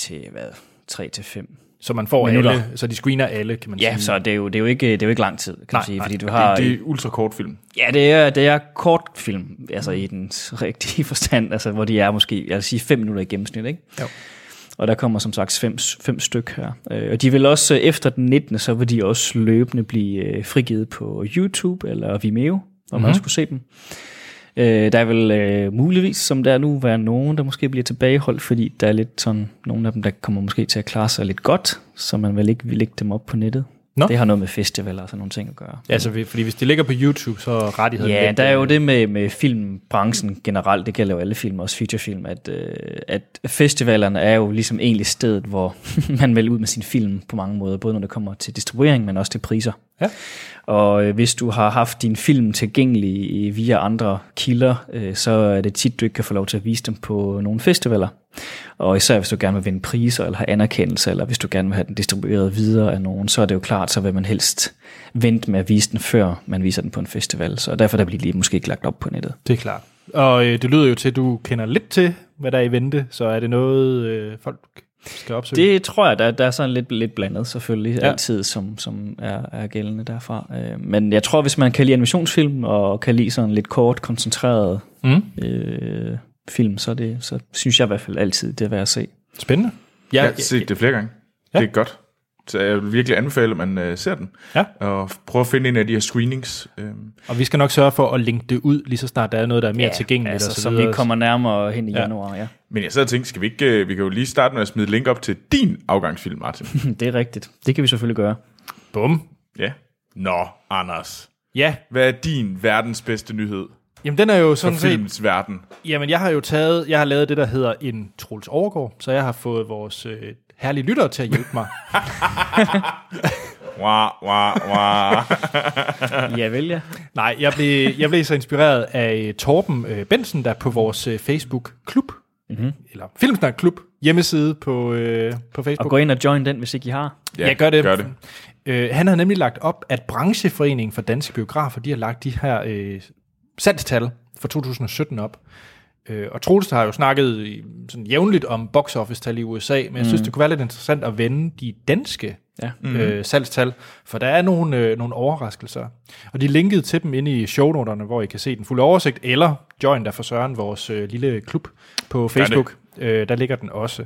til 5. Så man får minutter. Alle, så de screener alle, kan man sige. Ja, så det er jo ikke lang tid, kan man sige. Fordi du har, det er ultrakort film. Ja, det er kort film, altså i den rigtige forstand, altså hvor de er måske, jeg vil sige 5 minutter i gennemsnit, ikke? Jo. Og der kommer som sagt 5 styk her. Og de vil også, efter den 19., så vil de også løbende blive frigivet på YouTube eller Vimeo, hvor man også kunne se dem. Der vil muligvis, som der nu, være nogen, der måske bliver tilbageholdt, fordi der er lidt sådan, nogle af dem, der kommer måske til at klare sig lidt godt, så man vil ikke lægge dem op på nettet. Nå. Det har noget med festivaler og sådan nogle ting at gøre. Ja, så fordi hvis de ligger på YouTube, så er rettigheden... Ja, der er jo det med filmbranchen generelt, det gælder jo alle film, også featurefilm, at festivalerne er jo ligesom egentlig stedet, hvor man vælger ud med sin film på mange måder, både når det kommer til distribuering, men også til priser. Ja. Og hvis du har haft din film tilgængelig via andre kilder, så er det tit, du ikke kan få lov til at vise dem på nogle festivaler. Og især hvis du gerne vil vinde priser, eller have anerkendelse, eller hvis du gerne vil have den distribueret videre af nogen, så er det jo klart, så vil man helst vente med at vise den, før man viser den på en festival. Så derfor der bliver lige måske ikke lagt op på nettet. Det er klart. Og det lyder jo til, at du kender lidt til, hvad der er i vente, så er det noget, folk skal opsøge? Det tror jeg, der er sådan lidt blandet selvfølgelig, altid, som er gældende derfra. Men jeg tror, hvis man kan lide animationsfilm, og kan lide sådan lidt kort, koncentreret film, så synes jeg i hvert fald altid, det er værd at se. Spændende. Jeg har set det flere gange. Ja. Det er godt. Så jeg vil virkelig anbefale, at man ser den. Ja. Og prøve at finde en af de her screenings. Og vi skal nok sørge for at linke det ud, lige så snart der er noget, der er mere tilgængeligt. Altså, så vi kommer nærmere hen i januar, ja. Men jeg sad og tænkte, vi kan jo lige starte med at smide link op til din afgangsfilm, Martin. Det er rigtigt. Det kan vi selvfølgelig gøre. Bum. Ja. Nå, Anders. Ja. Hvad er din verdens bedste nyhed? Jamen, den er jo sådan set... filmens verden. Jamen, jeg har lavet det, der hedder en Troels Overgaard, så jeg har fået vores herlige lyttere til at hjælpe mig. Ja, vel ja. Nej, jeg blev så inspireret af Torben Bensen, der på vores Facebook-klub, eller Filmsnak-klub, hjemmeside på Facebook. Og gå ind og join den, hvis ikke I har. Ja, jeg gør det. Han har nemlig lagt op, at Brancheforeningen for Danske Biografer, de har lagt de her salgstal for 2017 op. Og Troels har jo snakket sådan jævnligt om box office-tal i USA, men jeg synes, det kunne være lidt interessant at vende de danske salgstal, for der er nogle overraskelser. Og de linkede til dem inde i shownoterne, hvor I kan se den fulde oversigt, eller join der for Søren, vores lille klub på Facebook. Der ligger den også.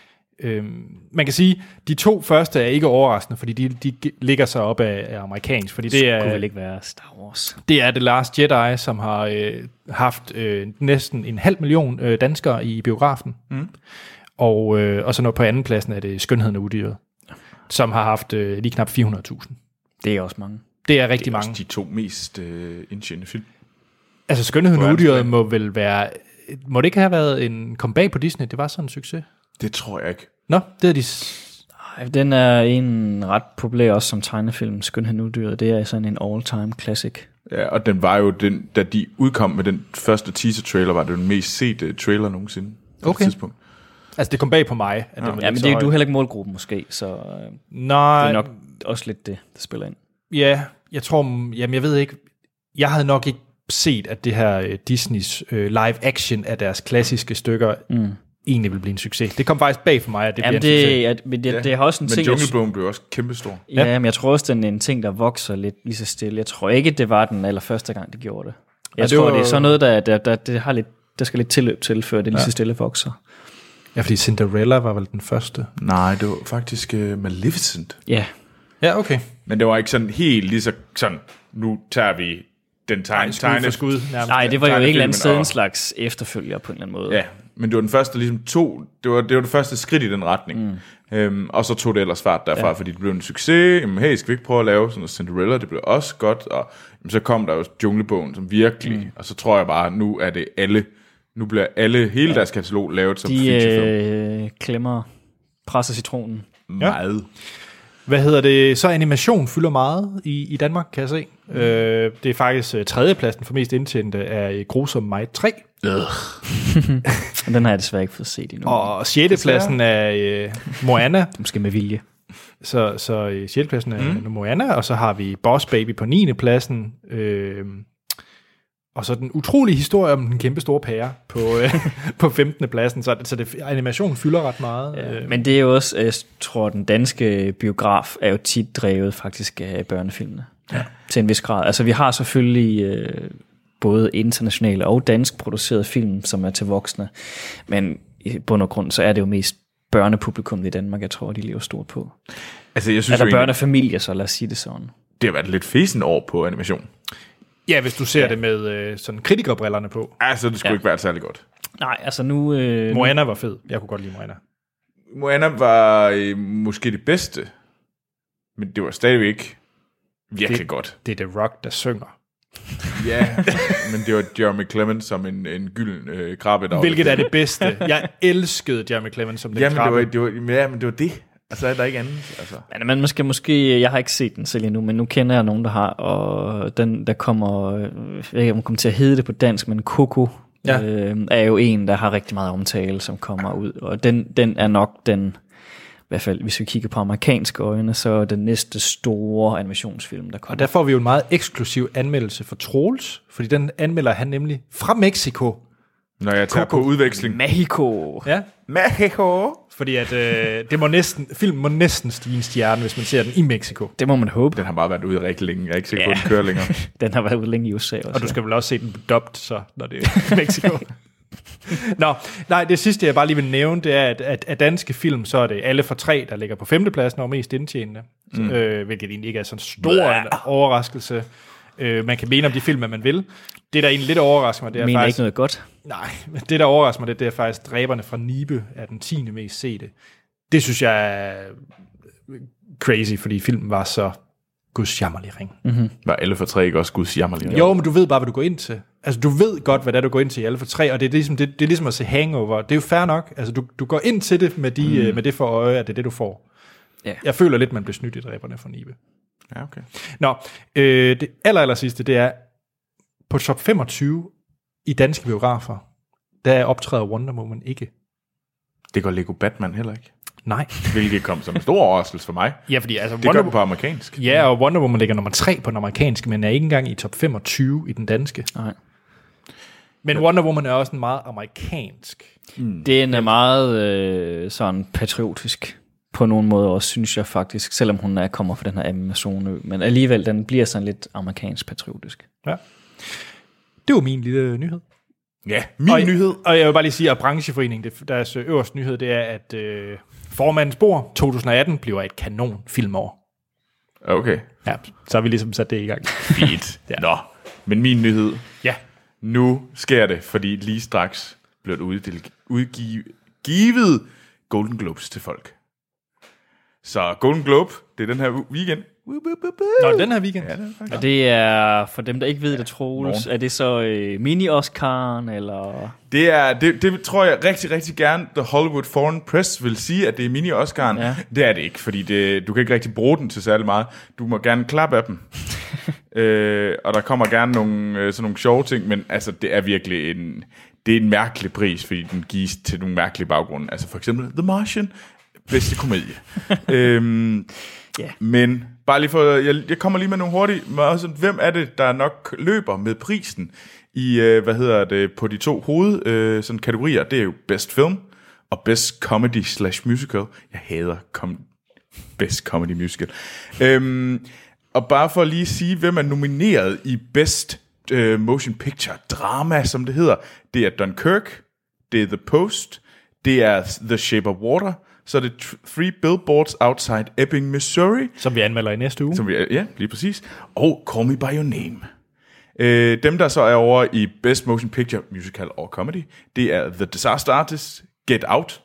Man kan sige, de 2 første er ikke overraskende, fordi de ligger sig op af amerikansk, fordi det skulle vel ikke være Star Wars. Det er The Last Jedi, som har haft næsten 500.000 danskere i biografen. Og så på anden pladsen er det Skønheden og Udyret, som har haft lige knap 400.000. Det er også mange. Det er rigtig mange. De 2 mest indtjente film. Altså Skønheden og Udyret må vel være... Må det ikke have været en comeback på Disney? Det var sådan en succes. Det tror jeg ikke. Nå, det er de... Den er en ret populær også som tegnefilm, Skønheden og Udyret. Det er sådan en all-time classic. Ja, og den var jo da de udkom med den første teaser-trailer, var det den mest sete trailer nogensinde på det tidspunkt. Altså det kom bag på mig. At men det er du heller ikke målgruppen måske, så nej, det er nok også lidt det, der spiller ind. Ja, jeg tror, jeg ved ikke, jeg havde nok ikke set, at det her Disneys live action af deres klassiske stykker egentlig vil blive en succes. Det kom faktisk bag for mig, at det bliver en succes. Det har også en ting... Men Jungle Book blev også kæmpestor. Ja, men jeg tror også, den er en ting, der vokser lidt lige så stille. Jeg tror ikke, det var den allerførste gang, det gjorde det. Jeg tror, det er sådan noget, der skal lidt tilløb til, før det lige så stille vokser. Ja, fordi Cinderella var vel den første. Nej, det var faktisk Maleficent. Ja. Ja, okay. Men det var ikke sådan helt lige så sådan, nu tager vi den tegneskud. Nej, det var jo ikke en slags efterfølger på en eller anden måde. Ja, Men det var den første, der ligesom det var det første skridt i den retning. Og så tog det ellers fart derfra, fordi det blev en succes. Jamen, hey, skal vi ikke prøve at lave sådan noget Cinderella? Det blev også godt. Og så kom der jo Junglebogen, som virkelig... Og så tror jeg bare, nu er det alle... Nu bliver hele deres katalog lavet som featurefilm. De klemmer, presser citronen. Meget. Hvad hedder det? Så animation fylder meget i Danmark, kan jeg se. Det er faktisk tredjepladsen for mest indtjente af Grusom mig 3. Den har jeg desværre ikke fået set endnu. Og 6. pladsen er Moana. Måske med vilje. Så 6. pladsen er Moana, og så har vi Boss Baby på 9. pladsen. Og så den utrolige historie om den kæmpe store pære på 15. pladsen. Så animation fylder ret meget. Ja, men det er jo også, jeg tror, den danske biograf er jo tit drevet faktisk af børnefilmene. Ja. Til en vis grad. Altså vi har selvfølgelig både internationale og dansk producerede film, som er til voksne. Men i bund og grund, så er det jo mest børnepublikum i Danmark, jeg tror, de lever stort på. Altså, jeg synes er der børnefamilier, så lad os sige det sådan. Det har været lidt fesen år på animation. Ja, hvis du ser det med sådan kritikerbrillerne på. Altså, det skulle ikke være særlig godt. Nej, altså nu... Moana var fed. Jeg kunne godt lide Moana. Moana var måske det bedste, men det var stadigvæk virkelig godt. Det er The Rock, der synger. Ja, men det var Jeremy Clement som en gylden krabbe. Hvilket er det bedste. Jeg elskede Jeremy Clement som den krabbe. Men det var det. Altså er der ikke andet. Altså. Men måske, jeg har ikke set den selv endnu, men nu kender jeg nogen, der har, og den, der kommer, jeg ved ikke, om den kommer til at hedde det på dansk, men Coco er jo en, der har rigtig meget omtale, som kommer ud, og den er nok den, i hvert fald hvis vi kigger på amerikanske øjne, så er den næste store animationsfilm, der kommer. Og der får vi jo en meget eksklusiv anmeldelse for Troels, fordi den anmelder han nemlig fra Mexico. Når jeg tager på udveksling. Mexico. Ja. Mexico. Fordi at filmen må næsten stige en stjerne, hvis man ser den i Mexico. Det må man håbe. Den har bare været ude rigtig længe. Jeg er ikke sikker på, at den kører længere. Den har været ude længe i USA også. Og du skal vel også se den dubbed, så, når det er Mexico. Nej, det sidste, jeg bare lige vil nævne, det er, at danske film, så er det Alle for 3, der ligger på 5. pladsen og mest indtjenende. Hvilket egentlig ikke er sådan en stor overraskelse. Man kan mene om de film, hvad man vil. Det, der egentlig lidt overrasker mig, det er mener faktisk... ikke noget godt? Nej, men det, der overrasker mig, det er faktisk Dræberne fra Nibe er den 10. mest sete. Det synes jeg er crazy, fordi filmen var så gudsjammerlig ring. Mm-hmm. Var Alle for 3 ikke også gudsjammerlig? Jo, men du ved bare, hvad du går ind til. Altså, du ved godt, hvad det er, du går ind til i Alle for 3, og det er ligesom at se Hangover. Det er jo fair nok. Altså, du går ind til det med det for øje, at det er det, du får. Yeah. Jeg føler lidt, man bliver snydt i Dræberne fra Nibe. Ja, okay. Nå, det aller sidste, det er på top 25 i danske biografer, der optræder Wonder Woman ikke. Det går Lego Batman heller ikke. Nej. Hvilket kom som en stor overraskelse for mig. Ja, fordi altså... Det gør den på amerikansk. Ja, og Wonder Woman ligger nummer 3 på den amerikanske, men er ikke engang i top 25 i den danske. Nej. Men Wonder Woman er også en meget amerikansk. Den er meget sådan patriotisk. På nogen måde også, synes jeg faktisk, selvom hun kommer fra den her Amazonø, men alligevel, den bliver sådan lidt amerikansk patriotisk. Ja. Det var min lille nyhed. Ja, min nyhed. Og jeg vil bare lige sige, at brancheforeningen, deres øverste nyhed, det er, at formandens bord 2018 bliver et kanon filmår. Okay. Ja, så har vi ligesom sat det i gang. Fint. Ja. Nå, men min nyhed. Ja. Nu sker det, fordi lige straks bliver det udgivet Golden Globes til folk. Så Golden Globe, det er den her weekend. Nå, den her weekend. Ja, og det er, for dem, der ikke ved det, Troels, er det så mini-Oscar'en, eller? Det tror jeg rigtig, rigtig gerne, The Hollywood Foreign Press vil sige, at det er mini-Oscar'en. Ja. Det er det ikke, fordi du kan ikke rigtig bruge den til særlig meget. Du må gerne klappe af dem. Og der kommer gerne sådan nogle sjove ting, men altså, det er virkelig en mærkelig pris, fordi den gives til nogle mærkelige baggrunde. Altså for eksempel The Martian, bedste komedie. Men bare lige for, jeg kommer lige med nogle hurtige, hvem er det, der nok løber med prisen i, på de to sådan kategorier? Det er jo Best Film og Best Comedy / Musical. Jeg hader Best Comedy Musical. Og bare for at lige sige, hvem er nomineret i Best Motion Picture Drama, som det hedder. Det er Dunkirk, det er The Post, det er The Shape of Water, så er det 3 Billboards Outside Ebbing, Missouri. Som vi anmelder i næste uge. Ja, lige præcis. Og Call Me By Your Name. Dem, der så er over i Best Motion Picture, Musical or Comedy, det er The Disaster Artist, Get Out.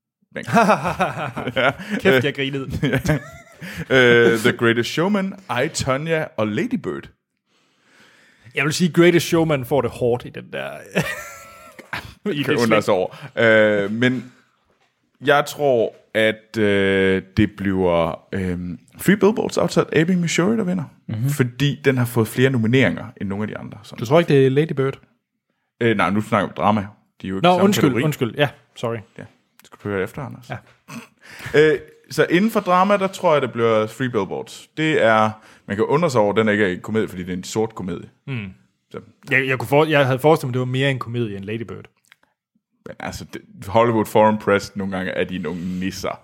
Kæft, jeg grinede. The Greatest Showman, I, Tonya og Lady Bird. Jeg vil sige, Greatest Showman får det hårdt i den der... kan undres over. Men jeg tror, at det bliver Three Billboards Outside Ebbing, Missouri, der vinder. Mm-hmm. Fordi den har fået flere nomineringer end nogle af de andre. Du tror ikke, det er Lady Bird? Nej, nu snakker vi drama. De er jo ikke undskyld. Ja, sorry. Ja, det skal du høre efter, Anders. Ja. Så inden for drama, der tror jeg, det bliver Three Billboards. Det er... Man kan undre sig over, at den ikke er en komedie, fordi det er en sort komedie. Mm. Så. Jeg havde forestillet mig, at det var mere en komedie end Lady Bird. Men altså, Hollywood Foreign Press, nogle gange er de nogle nisser.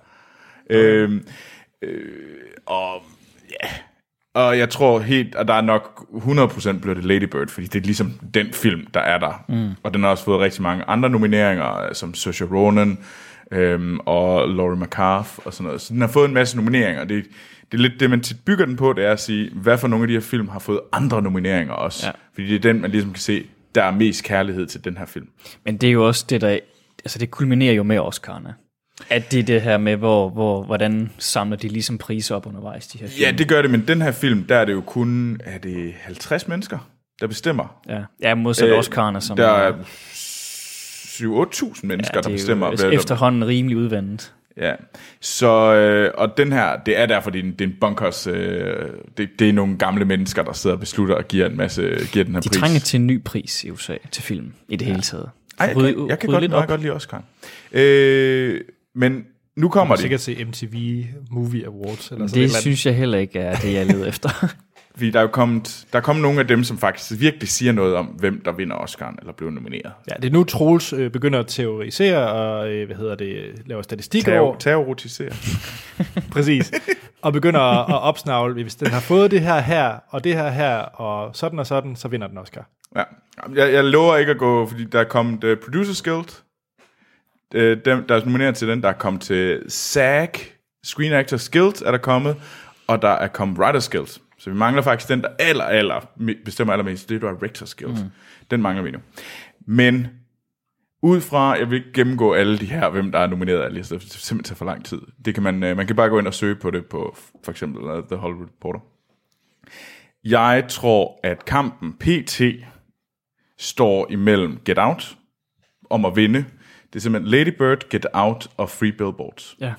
Og jeg tror helt, at der er nok 100% bliver det Lady Bird, fordi det er ligesom den film, der er der. Mm. Og den har også fået rigtig mange andre nomineringer, som Saoirse Ronan og Laurie Metcalf og sådan noget. Så den har fået en masse nomineringer. Det er lidt det, man tit bygger den på, det er at sige, hvad for nogle af de her film har fået andre nomineringer også. Ja. Fordi det er den, man ligesom kan se, der er mest kærlighed til den her film. Men det er jo også det, der... Altså det kulminerer jo med Oscar'ne. At det er det her med, hvordan samler de ligesom priser op undervejs, de her film. Ja, det gør det, men den her film, der er det jo kun... Er det 50 mennesker, der bestemmer? Ja, modsat Oscar'ne, som... Der er 7-8.000 mennesker, der bestemmer. Det er jo efterhånden rimelig udvandet. Ja, så, og den her, det er derfor, det er en bunkers, det er nogle gamle mennesker, der sidder og beslutter og giver den her pris. De trænger til en ny pris i USA, til film, i det hele taget. Ej, jeg kan godt lide Oscar. Men nu kommer det. Du kan sikkert se MTV Movie Awards. Eller det synes jeg heller ikke er det, jeg leder efter. Fordi der er kommet nogle af dem, som faktisk virkelig siger noget om, hvem der vinder Oscar'en eller bliver nomineret. Ja, det er nu Troels begynder at teorisere og laver statistik over. Teoretisere. Præcis. Og begynder at opsnavle, hvis den har fået det her, og det her, og sådan, så vinder den Oscar. Ja, jeg lover ikke at gå, fordi der er kommet Producers Guild, der er nomineret til den, der er kommet til SAG, Screen Actors Guild er der kommet, og der er kommet Writers Guild. Så vi mangler faktisk den, der bestemmer allermest, det er Directors Guild. Mm. Den mangler vi nu. Men ud fra, jeg vil ikke gennemgå alle de her, hvem der er nomineret af lister, det er simpelthen for lang tid. Det kan man kan bare gå ind og søge på det på for eksempel The Hollywood Reporter. Jeg tror, at kampen PT står imellem Get Out om at vinde. Det er simpelthen Lady Bird, Get Out og Three Billboards. Ja.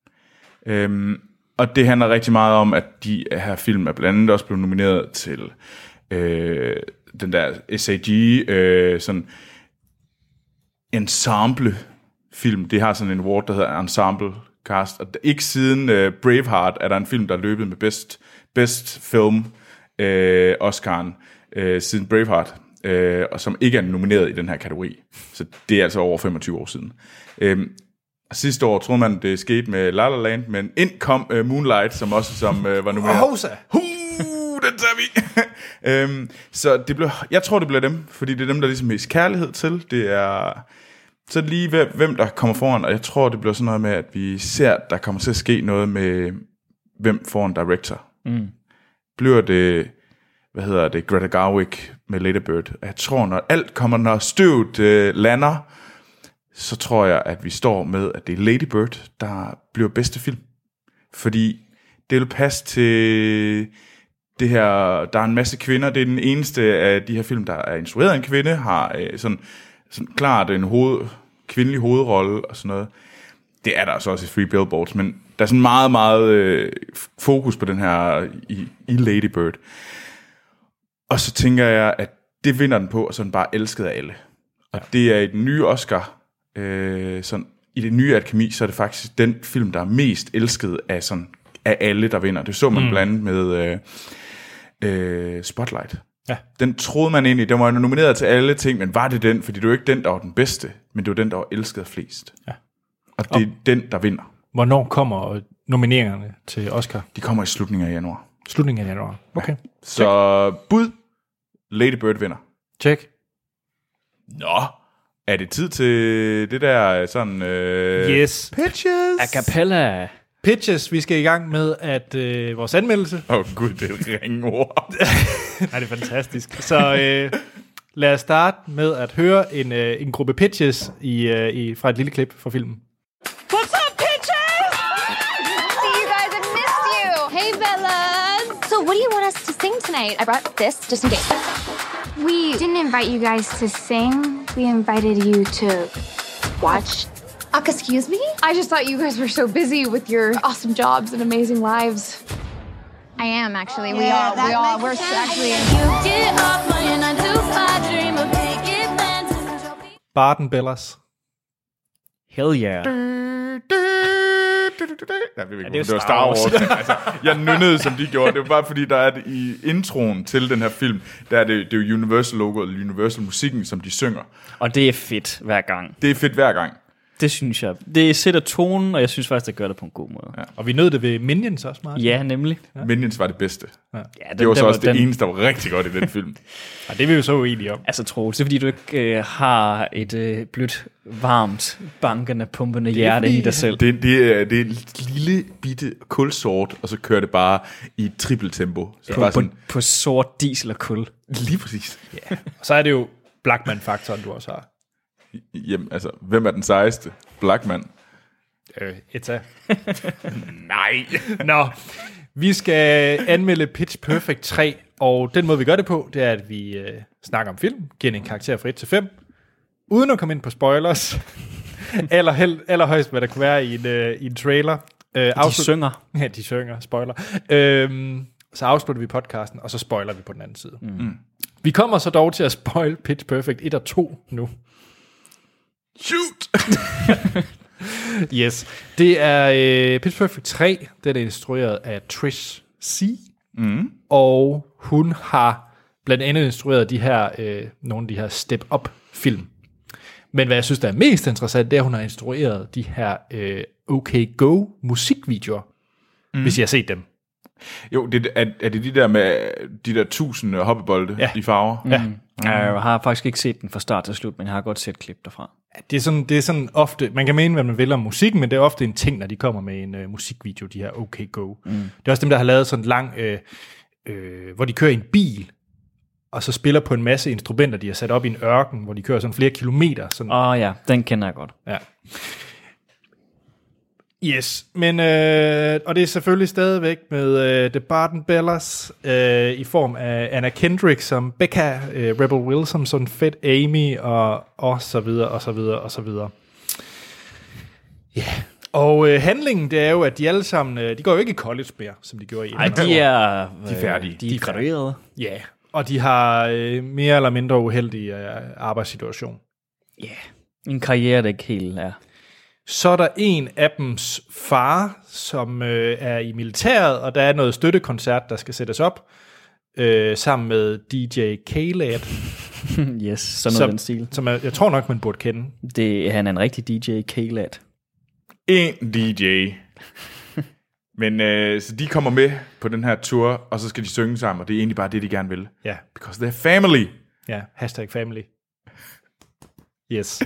Og det handler rigtig meget om, at de her film er blandt andet også blevet nomineret til den der SAG, sådan ensemble film. Det har sådan en award, der hedder Ensemble Cast. Og ikke siden Braveheart er der en film, der er løbet med best film Oscar'en siden Braveheart, og som ikke er nomineret i den her kategori. Så det er altså over 25 år siden. Sidste år troede man, det skete med La La Land, men ind kom Moonlight, som var nomineret. Hosa! Den tager vi! Så jeg tror, det bliver dem, fordi det er dem, der er ligesom mest kærlighed til. Det er så lige hvem der kommer foran, og jeg tror, det bliver sådan noget med, at vi ser, at der kommer til at ske noget med, hvem får en director. Mm. Bliver det, Greta Gerwig med Lady Bird. Jeg tror, når støvet lander, så tror jeg, at vi står med, at det er Lady Bird, der bliver bedste film. Fordi det vil passe til det her, der er en masse kvinder, det er den eneste af de her film, der er instrueret af en kvinde, har sådan klart en kvindelig hovedrolle og sådan noget. Det er der så også i Three Billboards, men der er sådan meget, meget fokus på den her i Lady Bird. Og så tænker jeg, at det vinder den på, og så den bare elsket af alle. Og det er i den nye Oscar, sådan, i det nye Akademi, så er det faktisk den film, der er mest elsket af alle, der vinder. Det så man blandt med Spotlight. Ja. Den troede man egentlig, den var nomineret til alle ting, men var det den? Fordi det var ikke den, der var den bedste, men det var den, der var elsket af flest. Ja. Og det er den, der vinder. Hvornår kommer nomineringerne til Oscar? De kommer i slutningen af januar. Slutningen af januar, okay. Ja. Så bud, Lady Bird vinder. Check. Nå, er det tid til det der sådan... Yes. Pitches? A cappella. pitches. Vi skal i gang med at vores anmeldelse. Gud, det er et ringe ord. Nej, det er fantastisk. Så lad os starte med at høre en gruppe pitches fra et lille klip fra filmen. What's up, pitches? See you guys, I missed you. Hey, fellas. So what do you want us to sing tonight? I brought this just in case. We didn't invite you guys to sing. We invited you to watch. Excuse me? I just thought you guys were so busy with your awesome jobs and amazing lives. I am, actually. We are. We're actually... You get off on your 9-to-5 dream of taking plans. Barton Bellas. Hell yeah. Det var Star Wars. Altså, jeg nynnede, som de gjorde. Det var bare fordi, der er det i introen til den her film, der er det er jo Universal-logoet, eller Universal-musikken, som de synger. Og det er fedt hver gang. Det er fedt hver gang. Det synes jeg. Det sætter tonen, og jeg synes faktisk, det gør det på en god måde. Ja. Og vi nød det ved Minions også, Martin. Ja, nemlig. Ja. Minions var det bedste. Ja. Det var så også det eneste, der var rigtig godt i den film. Ja, det er vi jo så uenige om. Altså, Troels, det er fordi, du ikke har et blødt, varmt, bankende, pumpende hjerte i dig selv. Det er et lille bitte kulsort, og så kører det bare i trippeltempo. På sort diesel og kul. Lige præcis. Ja. Og så er det jo Blackman-faktoren, du også har. Jamen, altså, hvem er den sejeste? Blackman? Etta. Nej. Nå, vi skal anmelde Pitch Perfect 3, og den måde, vi gør det på, det er, at vi snakker om film, giver en karakter fra 1 til 5, uden at komme ind på spoilers, allerhøjst, hvad der kunne være i en trailer. De synger. Ja, de synger, spoiler. Så afslutter vi podcasten, og så spoiler vi på den anden side. Vi kommer så dog til at spoil Pitch Perfect 1 og 2 nu. Shoot! Yes. Det er Pitch Perfect 3. Den er instrueret af Trish C. Og hun har blandt andet instrueret nogle af de her step-up-film. Men hvad jeg synes, der er mest interessant, det er, at hun har instrueret de her OK Go musikvideoer, hvis I har set dem. Jo, er det de der med de der 1000 hoppebolde i farver? Ja. Jeg har faktisk ikke set den fra start til slut, men jeg har godt set klip derfra. Det er sådan ofte, man kan mene, hvad man vil om musikken, men det er ofte en ting, når de kommer med en musikvideo, de her OK Go. Det er også dem, der har lavet sådan en lang, hvor de kører i en bil, og så spiller på en masse instrumenter, de har sat op i en ørken, hvor de kører sådan flere kilometer. Sådan. Ja, den kender jeg godt. Ja. Yes, men og det er selvfølgelig stadigvæk med The Barton Bellas i form af Anna Kendrick som Becca, Rebel Wilson som Fed Amy og så videre og så videre og så videre. Ja. Og handlingen, det er jo, at de alle sammen, de går jo ikke i college mere, som de gjorde i. Nej, de er færdige. De er graduerede. Ja, og de har mere eller mindre uheldig arbejdssituation. Ja, en karriere, der ikke helt er. Så er der en af dems far, som er i militæret, og der er noget støttekoncert, der skal sættes op, sammen med DJ Khaled. Yes, sådan noget den stil. Som jeg tror nok, man burde kende. Han er en rigtig DJ Khaled. En DJ. Men så de kommer med på den her tur, og så skal de synge sammen, og det er egentlig bare det, de gerne vil. Ja. Because they're family. Ja, #family. Yes.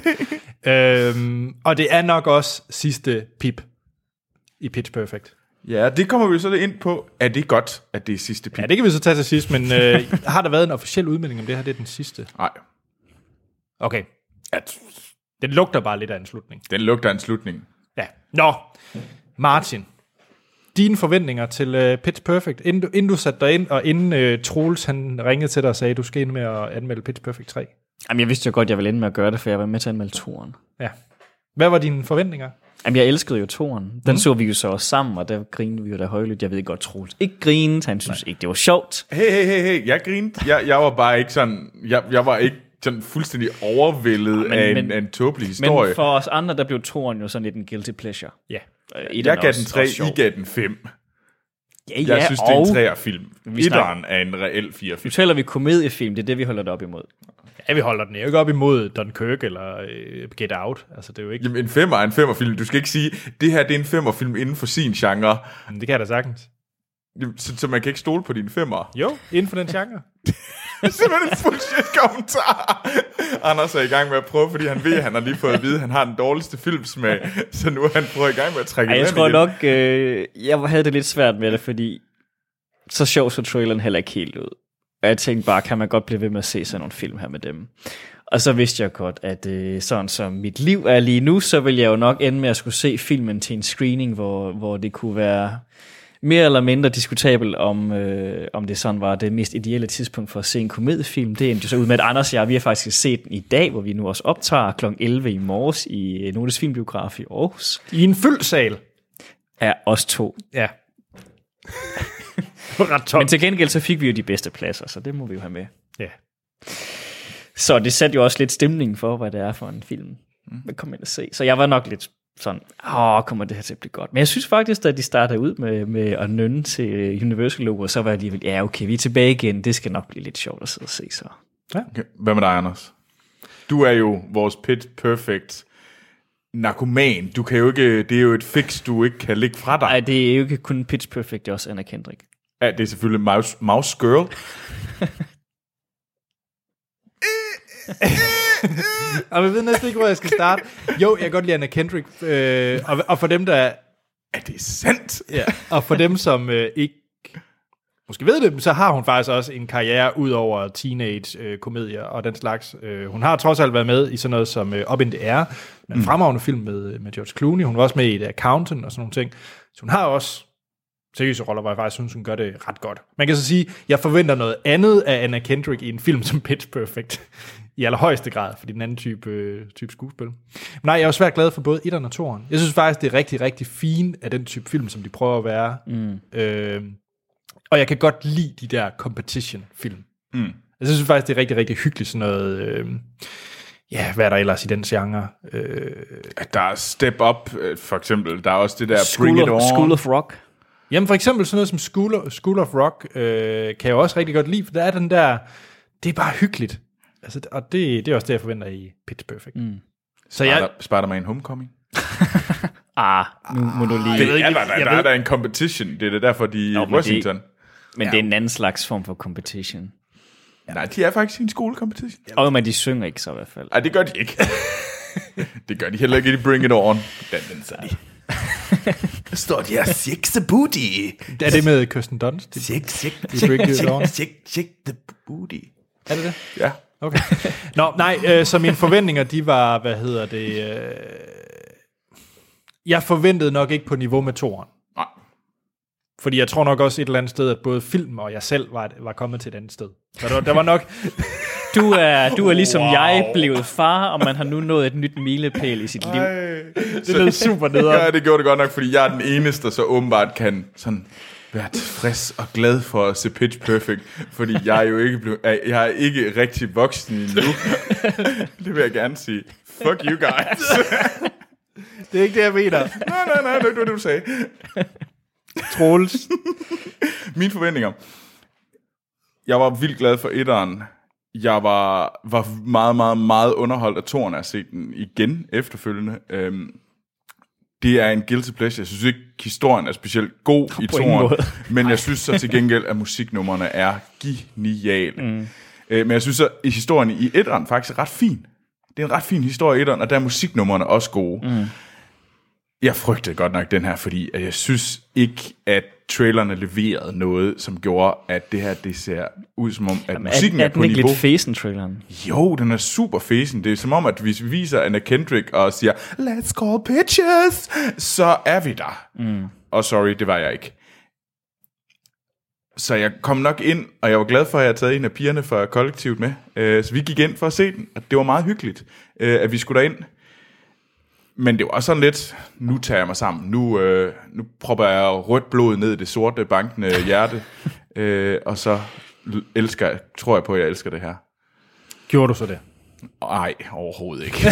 Og det er nok også sidste pip i Pitch Perfect. Ja, det kommer vi så ind på. Er det godt, at det er sidste pip? Ja, det kan vi så tage til sidst, men har der været en officiel udmelding om det her? Det er den sidste. Nej. Okay. Den lugter bare lidt af en slutning. Den lugter af en slutning. Ja. Nå, Martin. Dine forventninger til Pitch Perfect, inden du satte dig ind, og inden Troels han ringede til dig og sagde, at du skal ind med at anmelde Pitch Perfect 3. Jamen, jeg vidste jo godt, jeg ville ende med at gøre det, for jeg var med til at anmelde 2'eren. Ja. Hvad var dine forventninger? Jamen, jeg elskede jo 2'eren. Den så vi jo så også sammen, og der grinede vi jo da højlydt. Jeg ved godt, Troels ikke grinede. Han synes ikke, det var sjovt. Hey. Jeg grinede. Jeg var bare ikke sådan... Jeg var ikke sådan fuldstændig overvældet af en tåbelig historie. Men for os andre, der blev 2'eren jo sådan lidt en guilty pleasure. Ja. Jeg gav den 3, I gav den 5. Ja, jeg synes, det er en 3'er-film. Etteren er en reel 4'er-film. Nu taler vi komediefilm, det er det, vi holder det op imod. Ja, vi holder den jo ikke op imod Dunkirk eller Get Out. Altså, det er jo ikke... Jamen, en 5'er er en 5'er-film. Du skal ikke sige, det her det er en 5'er-film inden for sin genre. Men det kan jeg da sagtens. Så man kan ikke stole på dine 5'ere? Jo, inden for den genre. Det er simpelthen en bullshit kommentar. Anders er i gang med at prøve, fordi han ved, at han har lige fået at vide, at han har den dårligste filmsmag. Så nu er han prøver i gang med at trække jeg tror nok, jeg havde det lidt svært med det, fordi så sjov så traileren heller ikke helt ud. Og jeg tænkte bare, kan man godt blive ved med at se sådan nogle film her med dem? Og så vidste jeg godt, at sådan som mit liv er lige nu, så vil jeg jo nok ende med at skulle se filmen til en screening, hvor det kunne være mere eller mindre diskutabelt, om det sådan var det mest ideelle tidspunkt for at se en komediefilm. Det endte jo så ud med, at Anders og jeg, vi har faktisk set den i dag, hvor vi nu også optager kl. 11 i morges i Nordisk Filmbiograf i Aarhus. I en fyldt sal. Ja, os to. Ja. Men til gengæld så fik vi jo de bedste pladser, så det må vi jo have med. Ja. Så det satte jo også lidt stemningen for, hvad det er for en film, man kommer ind og se. Så jeg var nok lidt sådan, kommer det her til at blive godt. Men jeg synes faktisk, at de startede ud med at nynne til Universal-logo, og så var jeg alligevel, ja okay, vi er tilbage igen, det skal nok blive lidt sjovt at sidde og se så. Ja. Okay. Hvad med dig, Anders? Du er jo vores Pitch Perfect narkoman. Du kan jo ikke, det er jo et fix, du ikke kan lægge fra dig. Nej, det er jo ikke kun Pitch Perfect, det er også Anna Kendrick. Ja, det er selvfølgelig Mouse Girl. Og jeg ved næsten ikke, hvor jeg skal starte. Jo, jeg kan godt lide Anna Kendrick. Og for dem, der... Er det sandt? Ja, og for dem, som ikke måske ved det, så har hun faktisk også en karriere ud over teenage-komedier og den slags. Hun har trods alt været med i sådan noget som Up in the Air, en fremragende film med George Clooney. Hun var også med i The Accountant og sådan nogle ting. Så hun har også seriøse roller, hvor jeg faktisk synes, hun gør det ret godt. Man kan så sige, jeg forventer noget andet af Anna Kendrick i en film som Pitch Perfect. I allerhøjeste grad, for den anden type skuespil. Men nej, jeg er jo svært glad for både 1'eren og 2'eren. Jeg synes faktisk, det er rigtig, rigtig fint af den type film, som de prøver at være. Og jeg kan godt lide de der competition-film. Jeg synes faktisk, det er rigtig, rigtig hyggeligt sådan noget... hvad er der ellers i den genre? Der er Step Up, for eksempel. Der er også det der Bring It On. School of Rock. Jamen for eksempel sådan noget som School of Rock, kan jeg også rigtig godt lide, for der er den der... Det er bare hyggeligt. Altså, og det er også det, jeg forventer i Pitch Perfect. Så Spider-Man Homecoming? Nu må du lige... Der er en competition. Det er derfor, de i Washington. Men det er en anden slags form for competition. Ja. Nej, de er faktisk i en skolecompetition. Men de synger ikke så i hvert fald. Nej, det gør de ikke. Det gør de heller ikke i Bring It On. Den så de. Der står de her, shake the booty. Er det med Kirsten Dunst? Shake the booty. Er det det? Ja. Okay. Nå, nej, så mine forventninger, de var, jeg forventede nok ikke på niveau med 2'eren. Nej. Fordi jeg tror nok også et eller andet sted, at både film og jeg selv var kommet til et andet sted. Så der var nok... Du er ligesom jeg blevet far, og man har nu nået et nyt milepæl i sit liv. Det lød super nederen. Ja, det gjorde det godt nok, fordi jeg er den eneste, der så åbenbart kan sådan være tilfreds og glad for at se Pitch Perfect, fordi jeg er jo jeg er ikke rigtig voksen endnu. Det vil jeg gerne sige. Fuck you guys. Det er ikke det, jeg mener. Nej, det var det, du sagde. Troels. Mine forventninger. Jeg var vildt glad for 1'eren. Jeg var meget, meget, meget underholdt af 2'eren at se den igen efterfølgende. Det er en guilty pleasure. Jeg synes ikke, historien er specielt god i 2'eren, men jeg synes så til gengæld, at musiknummerne er geniale. Men jeg synes så, at historien i 1'eren faktisk er ret fin. Det er en ret fin historie i 1'eren, og der er musiknummerne også gode. Jeg frygtede godt nok den her, fordi jeg synes ikke, at trailerne leverede noget, som gjorde, at det her, det ser ud som om, at musikken er på niveau. Er den ikke lidt fæsen, traileren? Jo, den er super fæsen. Det er som om, at hvis vi viser Anna Kendrick og siger, let's call bitches, så er vi der. Og sorry, det var jeg ikke. Så jeg kom nok ind, og jeg var glad for, at jeg havde taget en af pigerne fra kollektivet med. Så vi gik ind for at se den, og det var meget hyggeligt, at vi skulle derind. Men det var også sådan lidt, nu tager jeg mig sammen. Nu propper jeg rødt blod ned i det sorte, bankende hjerte. Og så tror jeg på, at jeg elsker det her. Gjorde du så det? Nej, overhovedet ikke.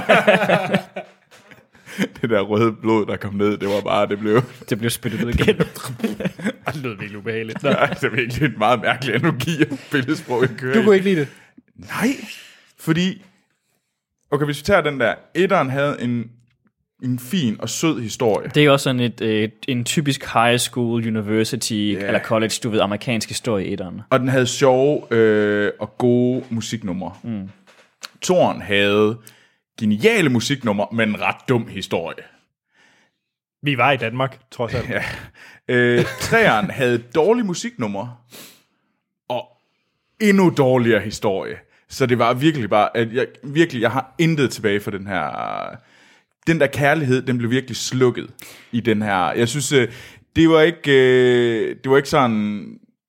Det der røde blod, der kom ned, det var bare, det blev spyttet ud igen. Det lød virkelig ubehageligt. Nej, det er virkelig et meget mærkeligt analogi af billedsprog, jeg kører. Du kunne ikke lide det? Nej, fordi... Okay, hvis vi tager den der, 1'eren havde en fin og sød historie. Det er også sådan en typisk high school, university eller college, du ved, amerikansk historie i etteren. Og den havde sjove og gode musiknumre. Toren havde geniale musiknumre, men en ret dum historie. Vi var i Danmark, trods alt. Træeren havde dårlige musiknumre og endnu dårligere historie. Så det var virkelig bare, at jeg har intet tilbage for den her. Den der kærlighed, den blev virkelig slukket i den her. Jeg synes, det var ikke sådan.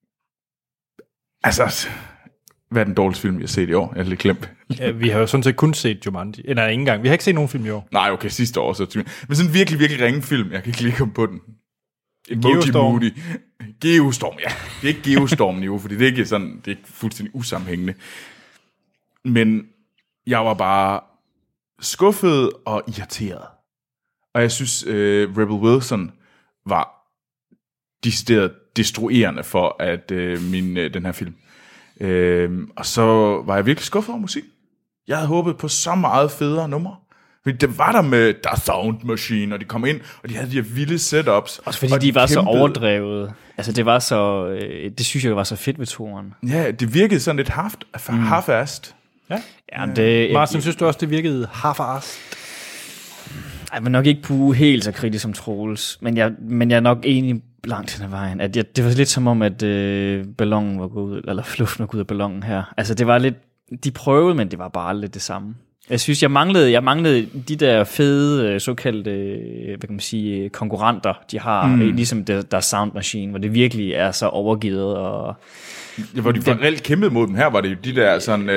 Altså, hvad er den dårligste film, jeg har set i år? Jeg er lidt glemt. Ja, vi har jo sådan set kun set Jumanji. Eller ikke engang. Vi har ikke set nogen film i år. Nej, okay, sidste år. Men sådan en virkelig, virkelig ringe film. Jeg kan ikke lige komme på den. Geostorm. Geostorm, ja. Det er ikke Geostorm-niveau, fordi det er ikke sådan, det er fuldstændig usammenhængende. Men jeg var bare skuffet og irriteret. Og jeg synes, Rebel Wilson var decideret destruerende for at den her film. Og så var jeg virkelig skuffet over musik. Jeg havde håbet på så meget federe numre. Fordi det var der med der Sound Machine, og de kom ind, og de havde de her vilde setups. Også fordi de var så overdrevet. Altså det var så, det synes jeg var så fedt ved toren. Ja, det virkede sådan lidt half-assed. Ja, det, Martin, synes du også, det virkede half-assed? Jeg vil nok ikke bruge helt så kritisk som Troels, men jeg er nok enig langt hen ad vejen. At det var lidt som om, at ballonen var gået ud, eller luften var gået ud af ballonen her. Altså det var lidt, de prøvede, men det var bare lidt det samme. Jeg synes, jeg manglede de der fede, såkaldte, hvad kan man sige, konkurrenter, de har, ligesom der Sound Machine, hvor det virkelig er så overgivet. Og hvor de reelt kæmpede mod dem her, var det jo de der sådan,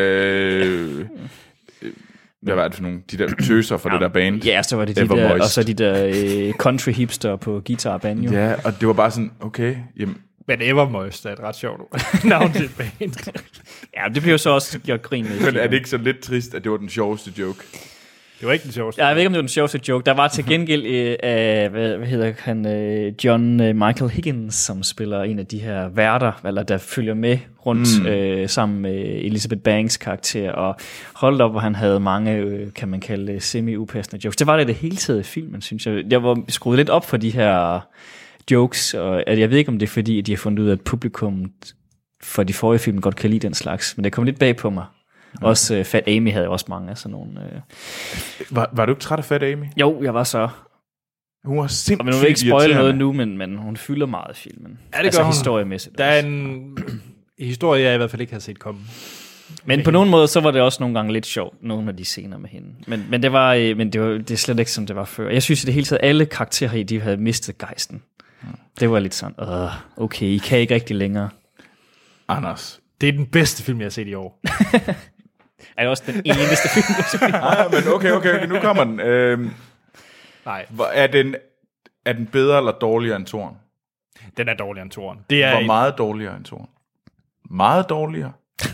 hvad var det for nogle, de der tøser for det der band? Ja, så var det de der, og så de der country hipster på guitar og banjo. Ja, og det var bare sådan, okay, jamen. Men Evermoist er et ret sjovt navn til et band. Ja, det blev jo så også gjort grin med. Men er det ikke så lidt trist, at det var den sjoveste joke? Det var ikke den sjoveste. Jeg ved ikke, om det var den sjoveste joke. Der var til gengæld, hvad hedder han, John Michael Higgins, som spiller en af de her værter, eller der følger med rundt sammen med Elizabeth Banks karakter, og holdt op, hvor han havde mange, kan man kalde semi-upassende jokes. Det var det hele taget i filmen, synes jeg. Jeg var skruet lidt op for de her jokes, og jeg ved ikke, om det er fordi, at de har fundet ud af, at publikum for de forrige film godt kan lide den slags, men det kom lidt bag på mig. Også Fat Amy havde også mange af sådan nogle. Var du ikke træt af Fat Amy? Jo, jeg var så. Hun var simpelthen. Men hun vil ikke spoile noget nu, men hun fylder meget i filmen. Ja, det gør hun. Historiemæssigt. Der er en historie, jeg i hvert fald ikke har set komme. Men på nogen måde, så var det også nogle gange lidt sjovt, nogle af de scener med hende. Men det er slet ikke, som det var før. Jeg synes i det hele taget, alle karakterer i, de havde mistet gejsten. Det var lidt sådan, okay, I kan ikke rigtig længere. Anders. Det er den bedste film, jeg har set i år. Er det også den eneste film, du har set? Nej, men okay, nu kommer den. Nej. Er den bedre eller dårligere end toren? Den er dårligere end toren. Hvor meget dårligere end toren? Meget dårligere?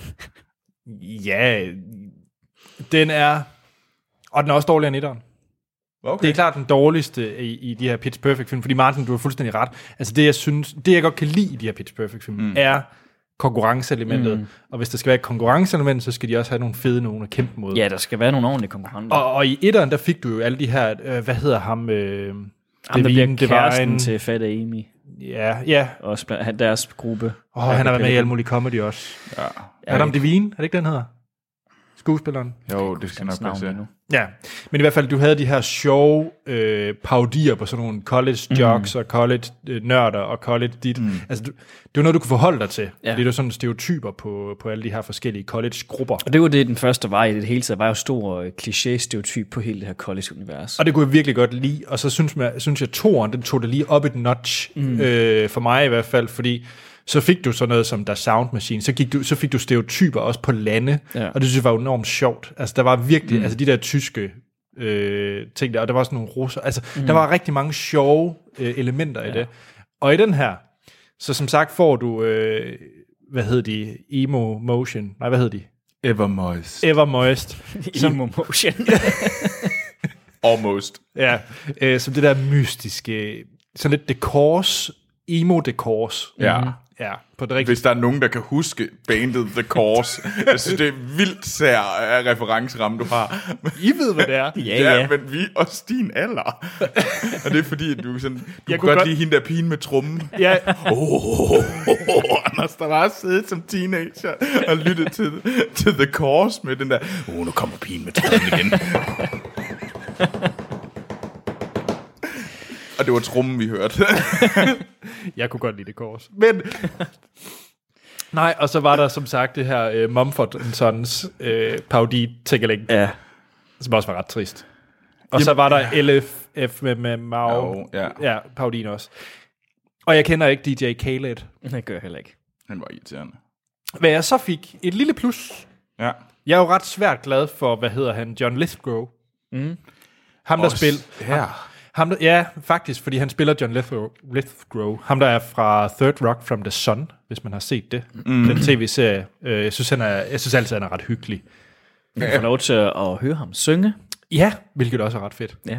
Ja, den er... Og den er også dårligere end etteren. Okay. Det er klart den dårligste i de her Pitch Perfect film, fordi Martin, du har fuldstændig ret. Altså det jeg godt kan lide i de her Pitch Perfect film, er konkurrenceelementet. Og hvis der skal være et konkurrenceelement, så skal de også have nogle fede nogen at kæmpe mod. Ja, der skal være nogle ordentlige konkurrenter. Og i etteren, der fik du jo alle de her, hvad hedder ham? Ham, der bliver kæresten til Fat Amy. Ja. Også deres gruppe. Han har været med i alle mulige comedy også. Ja. Adam Devine, er det ikke den hedder? Skuespilleren. Jo, det skal nok passe. Ja, men i hvert fald, du havde de her sjove parodier på sådan nogle college jocks og college nørder og college dit. Altså, det var noget, du kunne forholde dig til. Ja. Det er jo sådan stereotyper på alle de her forskellige college-grupper. Og det var det, den første var i det hele taget. Var jo stor kliché-stereotyp på hele det her college-univers. Og det kunne jeg virkelig godt lide. Og så synes jeg, toren, den tog det lige op et notch, for mig i hvert fald, fordi så fik du sådan noget som der Sound Machine, så fik du stereotyper også på lande, og det synes jeg var enormt sjovt. Altså der var virkelig, altså de der tyske ting der, og der var sådan nogle russer, altså der var rigtig mange sjove elementer i det. Og i den her, så som sagt får du, hvad hedder de, Emo Motion, nej hvad hedder de? Evermoist. Emo Motion. Almost. Ja, som det der mystiske, sådan lidt dekors, emo-dekors. Ja, på det rigtige. Hvis der er nogen, der kan huske bandet The Course. Jeg synes, det er vildt sær referenceramme, du har. I ved, hvad det er. Ja, men vi er også din alder. Og det er fordi, at du sådan, du kunne godt lide hende der pigen med trummen. Ja. Anders, der var siddet som teenager og lyttet til The Course med den der, nu kommer pigen med trummen igen. Og det var trummen, vi hørte. Jeg kunne godt lide det kors. Men nej, og så var der som sagt det her Mumford & Sons parodi-tækkeling, som også var ret trist. Og så var der LFF med Mau, ja, parodien også. Og jeg kender ikke DJ Khaled. Det gør jeg heller ikke. Han var irriterende. Hvad jeg så fik et lille plus. Ja. Jeg er jo ret svært glad for, John Lithgow. Ham, der spiller... Ja, faktisk, fordi han spiller John Lithgow. Ham, der er fra Third Rock from the Sun, hvis man har set det. Den tv-serie. Jeg synes altid, han er ret hyggelig. Du får lov til at høre ham synge. Ja, hvilket også er ret fedt. Ja.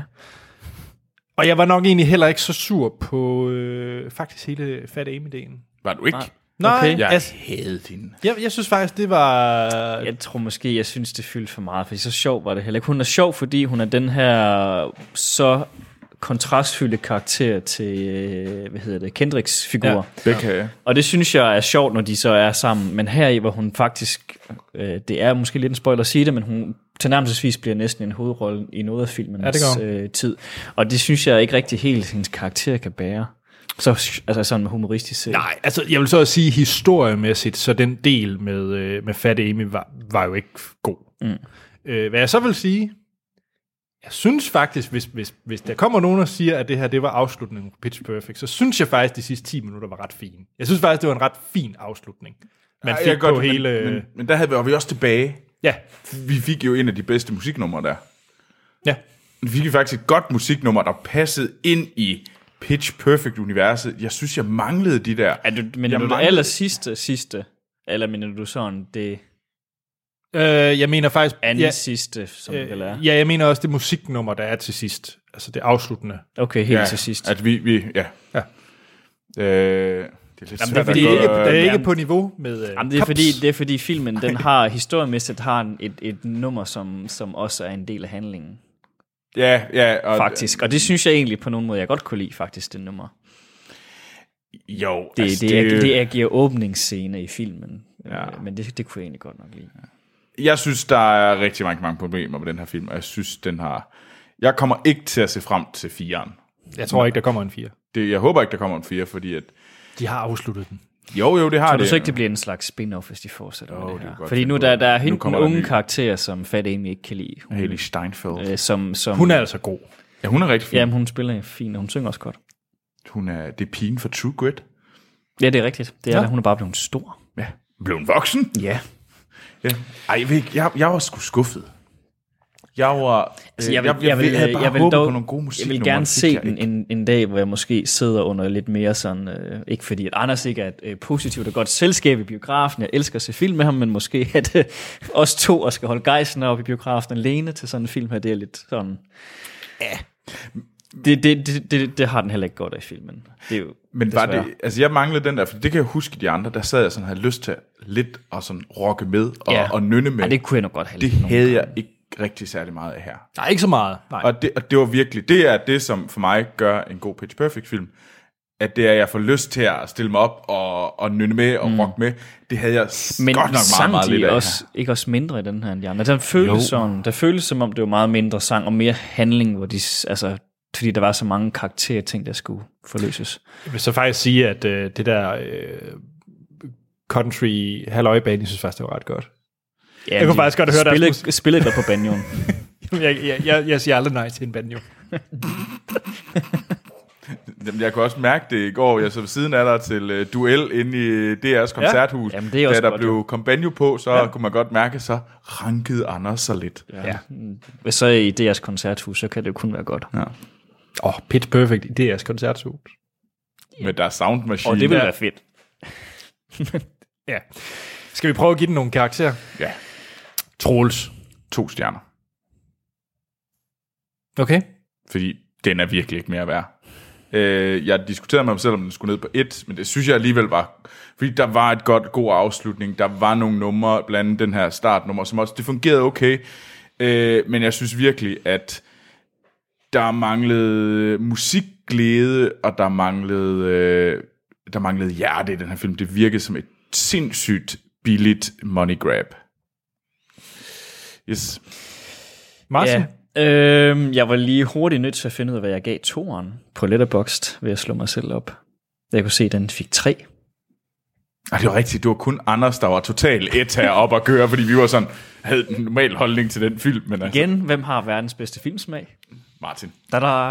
Og jeg var nok egentlig heller ikke så sur på faktisk hele Fat Amy-delen. Var du ikke? Nej, okay. Jeg havde hende. Jeg synes faktisk, det var... Jeg tror måske, jeg synes, det fyldte for meget, fordi så sjov var det heller ikke. Hun er sjov, fordi hun er den her så kontrastfyldte karakter til, Kendricks figur. Ja. Og det synes jeg er sjovt, når de så er sammen. Men her i, hvor hun faktisk, det er måske lidt en spoiler at sige det, men hun tilnærmelsesvis bliver næsten en hovedrolle i noget af filmens tid. Og det synes jeg ikke rigtig helt, hendes karakter kan bære. Så altså sådan humoristisk set. Nej, altså jeg vil så sige historiemæssigt, så den del med Fat Amy var jo ikke god. Hvad jeg så vil sige, jeg synes faktisk, hvis der kommer nogen og siger, at det her det var afslutningen på Pitch Perfect, så synes jeg faktisk, de sidste 10 minutter var ret fine. Jeg synes faktisk, det var en ret fin afslutning. Man fik på hele... Men der var vi også tilbage. Ja. Vi fik jo en af de bedste musiknumre der. Ja. Vi fik faktisk et godt musiknummer, der passede ind i Pitch Perfect-universet. Jeg synes, jeg manglede de der... Men du det aller sidste, eller mener du sådan det... Jeg mener faktisk... sidste, som det er. Ja, jeg mener også det musiknummer, der er til sidst. Altså det afsluttende. Okay, helt til sidst. At vi ja. Ja. Det er lidt svært det er ikke på niveau med... Jamen, det er fordi filmen, den har historiemæssigt har et nummer, som også er en del af handlingen. Ja. Faktisk. Og det synes jeg egentlig på nogen måde, jeg godt kunne lide faktisk, det nummer. Jo. Det agerer åbningsscene i filmen. Ja. Men det kunne jeg egentlig godt nok lide. Jeg synes, der er rigtig mange problemer med den her film, og jeg synes, den har... Jeg kommer ikke til at se frem til 4'eren. Jeg tror ikke, der kommer en 4. Jeg håber ikke, der kommer en 4, fordi at... De har afsluttet den. Jo, det har så det. Så så ikke, det bliver en slags spin-off, hvis de fortsætter med det her? Fordi nu der er hende en unge karakter, som Fat Amy ikke kan lide. Haley Steinfeld. Som hun er altså god. Ja, hun er rigtig fin. Jamen, hun spiller fint, og hun synger også godt. Det er pigen for True Grit. Ja, det er rigtigt. Hun er bare blevet stor. Ja. Blev hun voksen? Ja. Ej, jeg var sgu skuffet. Jeg var... Jeg vil gerne se en dag, hvor jeg måske sidder under lidt mere sådan... ikke fordi, at Anders ikke er et positivt og godt selskab i biografen. Jeg elsker at se film med ham, men måske at os to og skal holde gejsen op i biografen alene til sådan en film her, det er lidt sådan... Ja... Det har den heller ikke godt af i filmen. Det er jo men var det, altså jeg manglede den der, for det kan jeg huske de andre, der sad jeg sådan, havde lyst til lidt at sådan rocke med og nynne med. Ja, det kunne jeg nok godt have. Det havde jeg ikke rigtig særlig meget af her. Nej, ikke så meget. Nej. Og det var virkelig, det er det, som for mig gør en god Pitch Perfect film, at det er, jeg får lyst til at stille mig op og nynne med og rocke med. Det havde jeg godt nok meget lidt af også, her. Ikke også mindre i den her end de andre. Der føles som om det var meget mindre sang og mere handling, hvor de, altså, fordi der var så mange karakterting, der skulle forløses. Jeg vil så faktisk sige, at det der country halvøjebane, jeg synes faktisk, det var ret godt. Ja, jeg kunne faktisk godt høre der spillet godt på banjoen. jeg siger aldrig nej til en banjo. Jeg kunne også mærke det i går. Jeg så ved siden af dig til duel inde i DR's koncerthus. Jamen, det er også da der kom banjo på, så kunne man godt mærke, så rankede Anders så lidt. Ja. Hvis så i DR's koncerthus, så kan det jo kun være godt. Ja. Pitch Perfect i DR's koncerthus. Med der sound machine. Og det vil være fedt. Ja. Skal vi prøve at give den nogle karakterer? Ja. Troels. 2 stjerner. Okay. Fordi den er virkelig ikke mere værd. Jeg diskuterede med mig selv, om den skulle ned på 1, men det synes jeg alligevel var, fordi der var et god afslutning, der var nogle numre, blandt andet den her startnummer, som også, det fungerede okay, men jeg synes virkelig, at der manglede musikglæde, og der manglede hjerte i den her film. Det virkede som et sindssygt billigt money grab. Yes. Martin? Jeg var lige hurtigt nødt til at finde ud af, hvad jeg gav toeren på Letterboxd, ved at slå mig selv op. Jeg kunne se, at den fik 3. Det var rigtigt. Det var kun Anders, der var totalt et heroppe at køre, fordi vi var sådan, havde en normal holdning til den film. Men igen, altså, hvem har verdens bedste filmsmag? Martin. Da-da!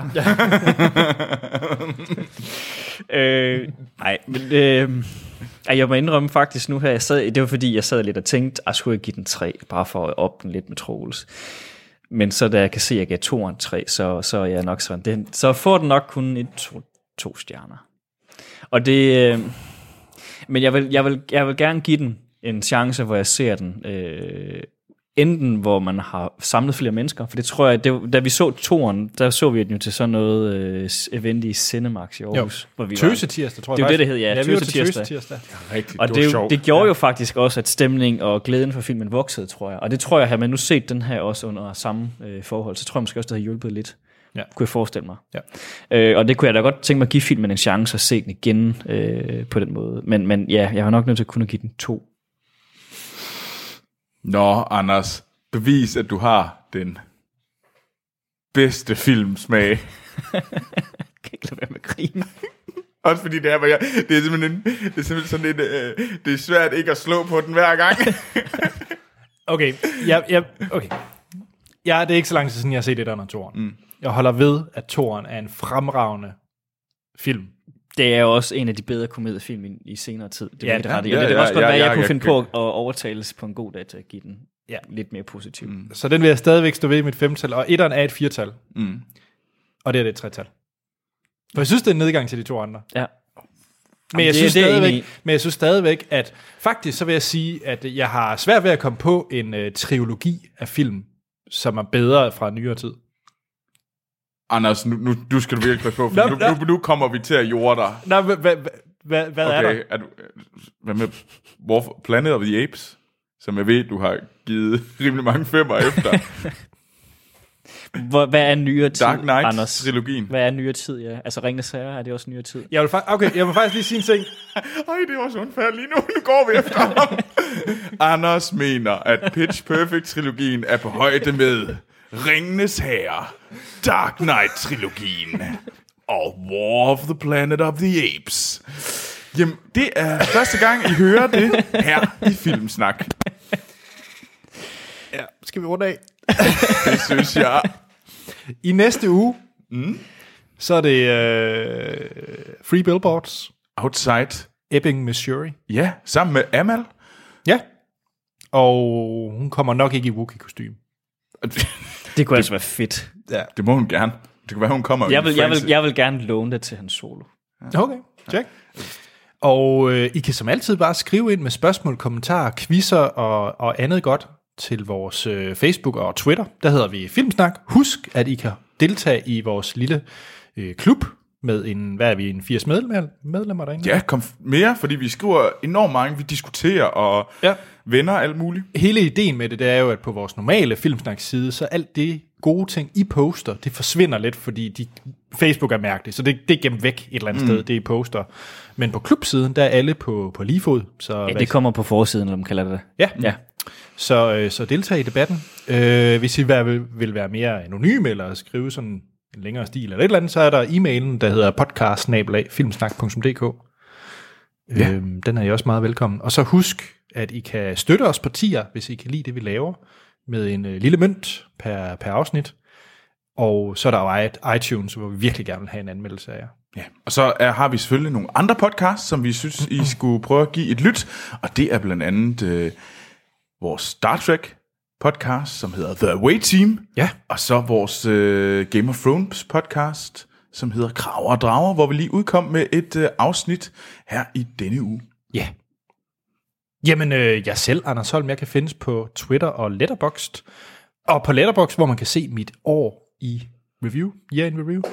Nej, men jeg må indrømme faktisk nu her, det var fordi, jeg sad lidt og tænkte, at jeg skulle give den 3, bare for at op den lidt med Troels. Men så da jeg kan se, at jeg gav 2'eren 3, så er jeg nok sådan, så får den nok kun 2 stjerner. Og det... Men jeg vil gerne give den en chance, hvor jeg ser den enten hvor man har samlet flere mennesker, for det tror jeg, da vi så 2'eren, der så vi den jo til sådan noget event i Cinemax i Aarhus. Tøsetirsdag, tror jeg. Det er det hed, ja. Tøsetirsdag. Ja, rigtigt. Og det gjorde jo faktisk også, at stemning og glæden for filmen voksede, tror jeg. Og det tror jeg, har man nu set den her også under samme forhold, så tror jeg måske også, det har hjulpet lidt. Ja. Kunne jeg forestille mig. Ja. Og det kunne jeg da godt tænke mig at give filmen en chance at se den igen på den måde. Men ja, jeg har nok nødt til at kunne give den 2. Nå, Anders, bevis, at du har den bedste filmsmag. Jeg kan ikke lade være med at grine. Også fordi det er simpelthen sådan lidt, det er svært ikke at slå på den hver gang. Okay. Ja, det er ikke så lang tid siden, jeg har set det under toren. Jeg holder ved, at toren er en fremragende film. Det er jo også en af de bedre komediefilm i senere tid. Det er ret. Det er også godt, hvad jeg kunne finde på at overtales på en god dag til at give den lidt mere positiv. Så den vil jeg stadigvæk stå ved i mit 5-tal, og 1'eren er et 4-tal. Og det er et 3-tal. For jeg synes, det er en nedgang til de 2 andre. Ja. Men jeg synes stadigvæk, at faktisk så vil jeg sige, at jeg har svært ved at komme på en trilogi af film, som er bedre fra nyere tid. Anders, nu skal du virkelig passe på, for nu kommer vi til at jorde dig. Nå, hvad er der? Hvad med Planet of the Apes, som jeg ved, du har givet rimelig mange 5'er efter. Hvad er nyere tid, Dark Knight-trilogien. Hvad er nyere tid, ja? Altså Ringenes Herre, er det også nyere tid? Jeg vil faktisk lige sige en ting. Det var så unfair lige nu. Nu går vi efter ham. Anders mener, at Pitch Perfect-trilogien er på højde med Ringenes Herre, Dark Knight-trilogien og War of the Planet of the Apes. Jamen, det er første gang, I hører det her i Filmsnak. Ja, skal vi runde af? Det synes jeg. I næste uge, så er det Free Billboards. Outside Ebbing, Missouri. Ja, sammen med Amal. Ja, og hun kommer nok ikke i Wookiee-kostyme. Det kunne altså være fedt. Ja. Det må hun gerne. Det kan være, hun kommer. Jeg vil gerne låne det til hans solo. Ja. Okay, check. Og I kan som altid bare skrive ind med spørgsmål, kommentarer, quizzer og andet godt til vores Facebook og Twitter. Der hedder vi Filmsnak. Husk, at I kan deltage i vores lille klub med en 80 medlemmer derinde. Ja, kom mere, fordi vi skriver enormt mange. Vi diskuterer og vender alt muligt. Hele ideen med det er jo, at på vores normale Filmsnak-side, så alt det gode ting, I poster, det forsvinder lidt, fordi Facebook er mærkeligt, så det er gemt væk et eller andet sted, det I poster. Men på klubsiden, der er alle på lige fod. Så det kommer på forsiden, når man kalder det. Ja. Så deltag i debatten. Hvis I vil være mere anonym, eller skrive sådan en længere stil, eller et eller andet, så er der e-mailen, der hedder podcast@filmsnak.dk. Ja. Den er I også meget velkommen. Og så husk, at I kan støtte os på tier, hvis I kan lide det, vi laver, med en lille mønt per afsnit. Og så er der jo iTunes, hvor vi virkelig gerne vil have en anmeldelse af jer. Ja. Og så har vi selvfølgelig nogle andre podcasts, som vi synes, I skulle prøve at give et lyt. Og det er blandt andet vores Star Trek podcast, som hedder The Away Team. Ja. Og så vores Game of Thrones podcast, som hedder Kraver og Drager, hvor vi lige udkom med et afsnit her i denne uge. Ja. Jamen, jeg selv, Anders Holm, jeg kan findes på Twitter og Letterboxd. Og på Letterboxd, hvor man kan se mit år i review, year in review.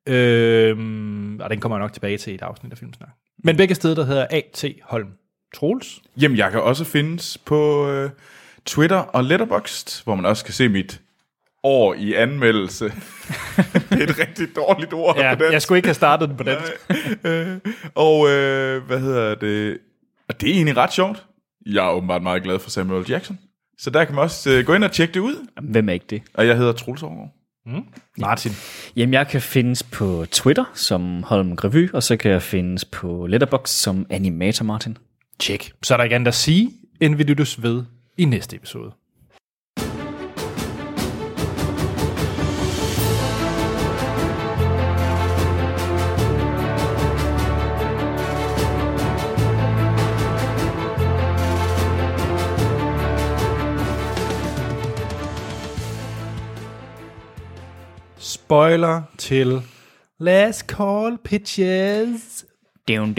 Og den kommer jeg nok tilbage til i et afsnit af Filmsnak. Men begge steder, der hedder A.T. Holm. Troels? Jamen, jeg kan også findes på Twitter og Letterboxd, hvor man også kan se mit år i anmeldelse. Det er et rigtig dårligt ord ja, på dansk. Jeg skulle ikke have startet den på dansk. Og hvad hedder det? Og det er egentlig ret sjovt. Jeg er åbenbart meget glad for Samuel Jackson. Så der kan man også gå ind og tjekke det ud. Hvem er ikke det? Og jeg hedder Troels Overgaard. Martin? Jamen, jeg kan findes på Twitter som Holm Revy, og så kan jeg findes på Letterboxd som Animator Martin. Tjek. Så er der ikke andet at sige, end vi lyttes ved i næste episode. Spoiler til Last Call Pitches. Det er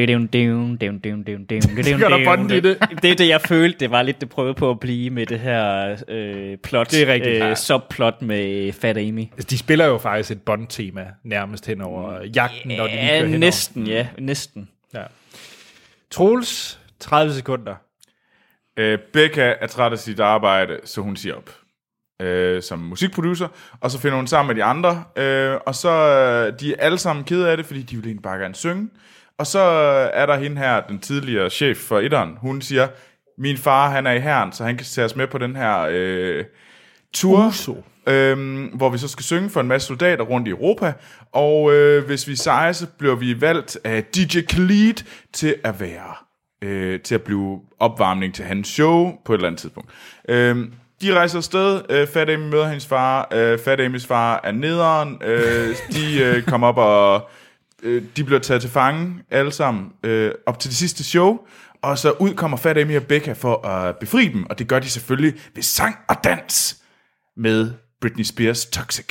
det, jeg følte. Det var lidt det prøvede på at blive med det her plot. Det er rigtigt. Subplot med Fat Amy. De spiller jo faktisk et Bond-tema nærmest hen over jagten, når de lige kører henover. Næsten. Ja. Troels, 30 sekunder. Becca er træt af sit arbejde, så hun siger op. Som musikproducer, og så finder hun sammen med de andre, og så de er alle sammen kede af det, fordi de vil egentlig bare gerne synge. Og så er der hende her, den tidligere chef for etteren, hun siger, min far, han er i hæren, så han kan tage os med på den her tur, hvor vi så skal synge for en masse soldater rundt i Europa, og hvis vi sejrer, så bliver vi valgt af DJ Khaled til at være, til at blive opvarmning til hans show på et eller andet tidspunkt. De rejser afsted, Fat Amy møder hendes far, Fat Amys far er nederen, de kommer op og de bliver taget til fange alle sammen op til det sidste show, og så ud kommer Fat Amy og Becca for at befri dem, og det gør de selvfølgelig ved sang og dans med Britney Spears Toxic.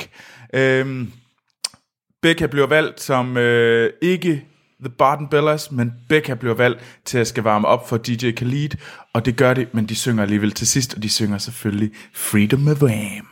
Becca bliver valgt som ikke The Barton Bellas, men Becca bliver valgt til at skal varme op for DJ Khaled, og det gør det, men de synger alligevel til sidst, og de synger selvfølgelig Freedom of Wham.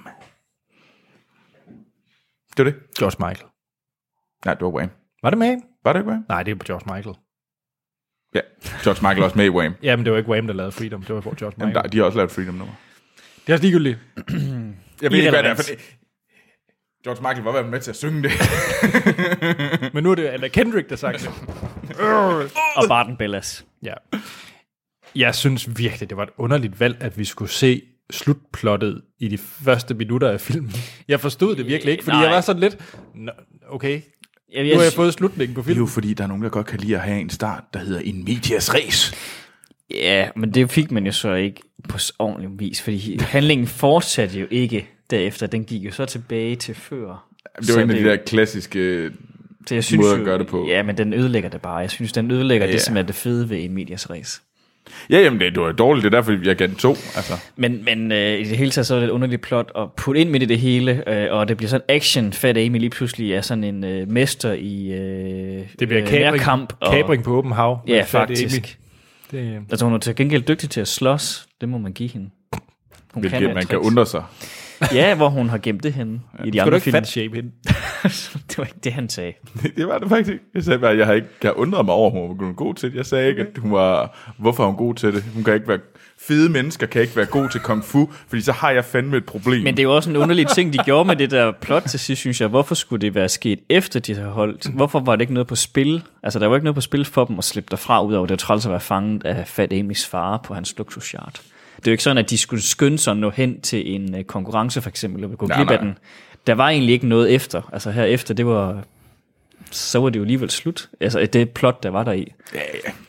Det var det? George Michael. Nej, det var Wham. Var det med? Var det ikke Wham? Nej, det er på George Michael. Ja, George Michael er også med i Wham. Jamen, det var ikke Wham, der lavede Freedom, det var George Michael. Jamen, de har også lavet Freedom-nummer. Det er også ligegyldigt. Jeg ved ikke, hvad det er, for George Michael var med til at synge det. Men nu er det Anna Kendrick, der sagt det. Og Barton Bellas. Ja. Jeg synes virkelig, det var et underligt valg, at vi skulle se slutplottet i de første minutter af filmen. Jeg forstod det virkelig ikke, fordi jeg var sådan lidt, okay, nu har jeg fået slutningen på filmen. Det er jo fordi, der er nogen, der godt kan lide at have en start, der hedder in medias res. Ja, men det fik man jo så ikke på ordentlig vis, fordi handlingen fortsatte jo ikke derefter. Den gik jo så tilbage til før. Det var en af de der klassiske måder at gøre det på. Ja, men den ødelægger det bare. Jeg synes, den ødelægger det, som er det fede ved in medias res. Ja, jamen det var dårligt, det er derfor, jeg gav den 2. Altså. Men i det hele taget, så er det et underligt plot at putte ind midt i det hele, og det bliver sådan action. Fat Amy lige pludselig er sådan en mester i det bliver kabring på åben hav. Ja, faktisk. Altså hun er til gengæld dygtig til at slås. Det må man give hende. Hvilket man kan undre sig. Ja, hvor hun har gemt det henne i de andre film. Fat shape hende? Det var ikke det, han sagde. Det var det faktisk ikke. Jeg sagde bare, at jeg undrede mig over, at hun var god til det. Jeg sagde ikke, at hun var... Hvorfor er hun god til det? Hun kan ikke være... Fede mennesker kan ikke være god til kung fu, fordi så har jeg fandme et problem. Men det er jo også en underlig ting, de gjorde med det der plot til sidst, synes jeg. Hvorfor skulle det være sket efter, de havde holdt? Hvorfor var det ikke noget på spil? Altså, der var ikke noget på spil for dem at slippe derfra, udover det var træls at være fanget af Fat Amys far på hans luksuschart. Det er jo ikke sådan, at de skulle skynde sig at nå hen til en konkurrence, for eksempel, og gå glip af den. Der var egentlig ikke noget efter. Altså herefter, så var det jo alligevel slut. Altså det plot, der var der i. Ja,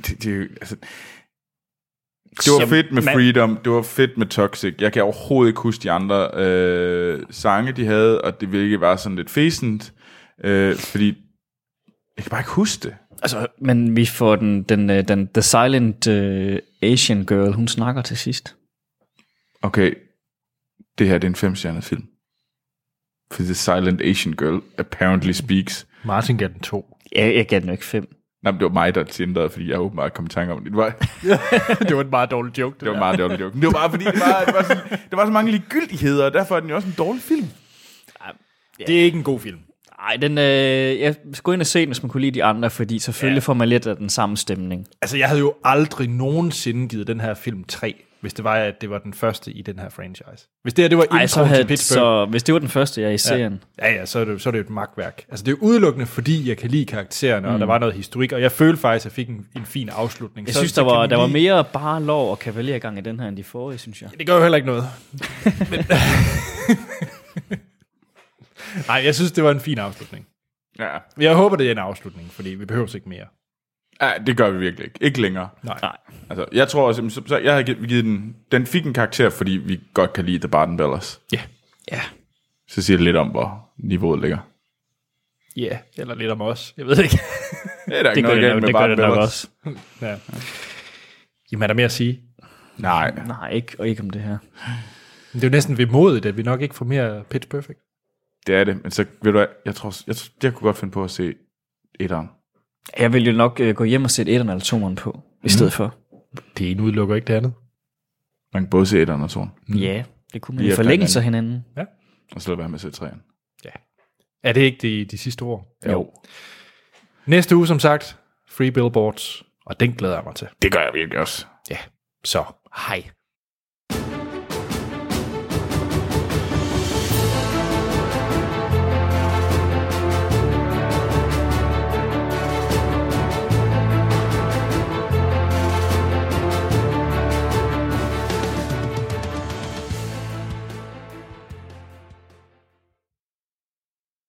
det var fedt med Freedom, det var fedt med Toxic. Jeg kan overhovedet ikke huske de andre sange, de havde, og det virkelig var sådan lidt fæsent, fordi jeg kan bare ikke huske det. Altså, men vi får den The Silent Asian Girl, hun snakker til sidst. Okay, det her det er en 5-stjernet film. For The Silent Asian Girl apparently speaks. Martin gav den 2. Jeg gav den ikke 5. Nej, men det var mig, der tændte, fordi jeg åbenbart kom i tanke om det. Det var en meget dårlig joke. Det var en meget dårlig joke. Det var bare fordi, der var så mange ligegyldigheder, og derfor er den jo også en dårlig film. Det er ikke en god film. Nej, jeg skal gå ind og se den, hvis man kunne lide de andre, fordi selvfølgelig får man lidt af den samme stemning. Altså, jeg havde jo aldrig nogensinde givet den her film 3, hvis det var, at det var den første i den her franchise. Hvis det her, det var introen til Pitch Perfect. Så hvis det var den første, jeg i serien. Ja, så er det jo et magtværk. Altså, det er jo udelukkende, fordi jeg kan lide karaktererne, og der var noget historik, og jeg følte faktisk, at jeg fik en fin afslutning. Jeg synes, der var mere bare lov og kavalergang i den her, end de forrige, synes jeg. Det gør jo heller ikke noget. Nej, jeg synes, det var en fin afslutning. Ja. Jeg håber, det er en afslutning, fordi vi behøver ikke mere. Ja, det gør vi virkelig ikke. Ikke længere. Nej. Altså, jeg tror også, så jeg har givet den fik en karakter, fordi vi godt kan lide The Barton Bellas. Ja. Ja. Så siger det lidt om, hvor niveauet ligger. Ja, eller lidt om os. Jeg ved ikke. Det er der ikke noget galt med Barton Bellas. Også. Ja. Jamen, er der mere at sige? Nej. Nej, ikke om det her. Det er jo næsten vemodigt, at vi nok ikke får mere Pitch Perfect. Det er det, men så ved du hvad, jeg kunne godt finde på at se etteren. Jeg vil jo nok gå hjem og sætte etteren eller toeren på, i stedet for. Det ene udelukker ikke det andet. Man kan både se etteren og toeren. Ja, det kunne man i forlængelse af hinanden. Ja. Og så lade være med at se treeren. Ja. Er det ikke de sidste ord? Jo. Næste uge, som sagt, Free Billboards, og den glæder jeg mig til. Det gør jeg virkelig også. Ja, så hej.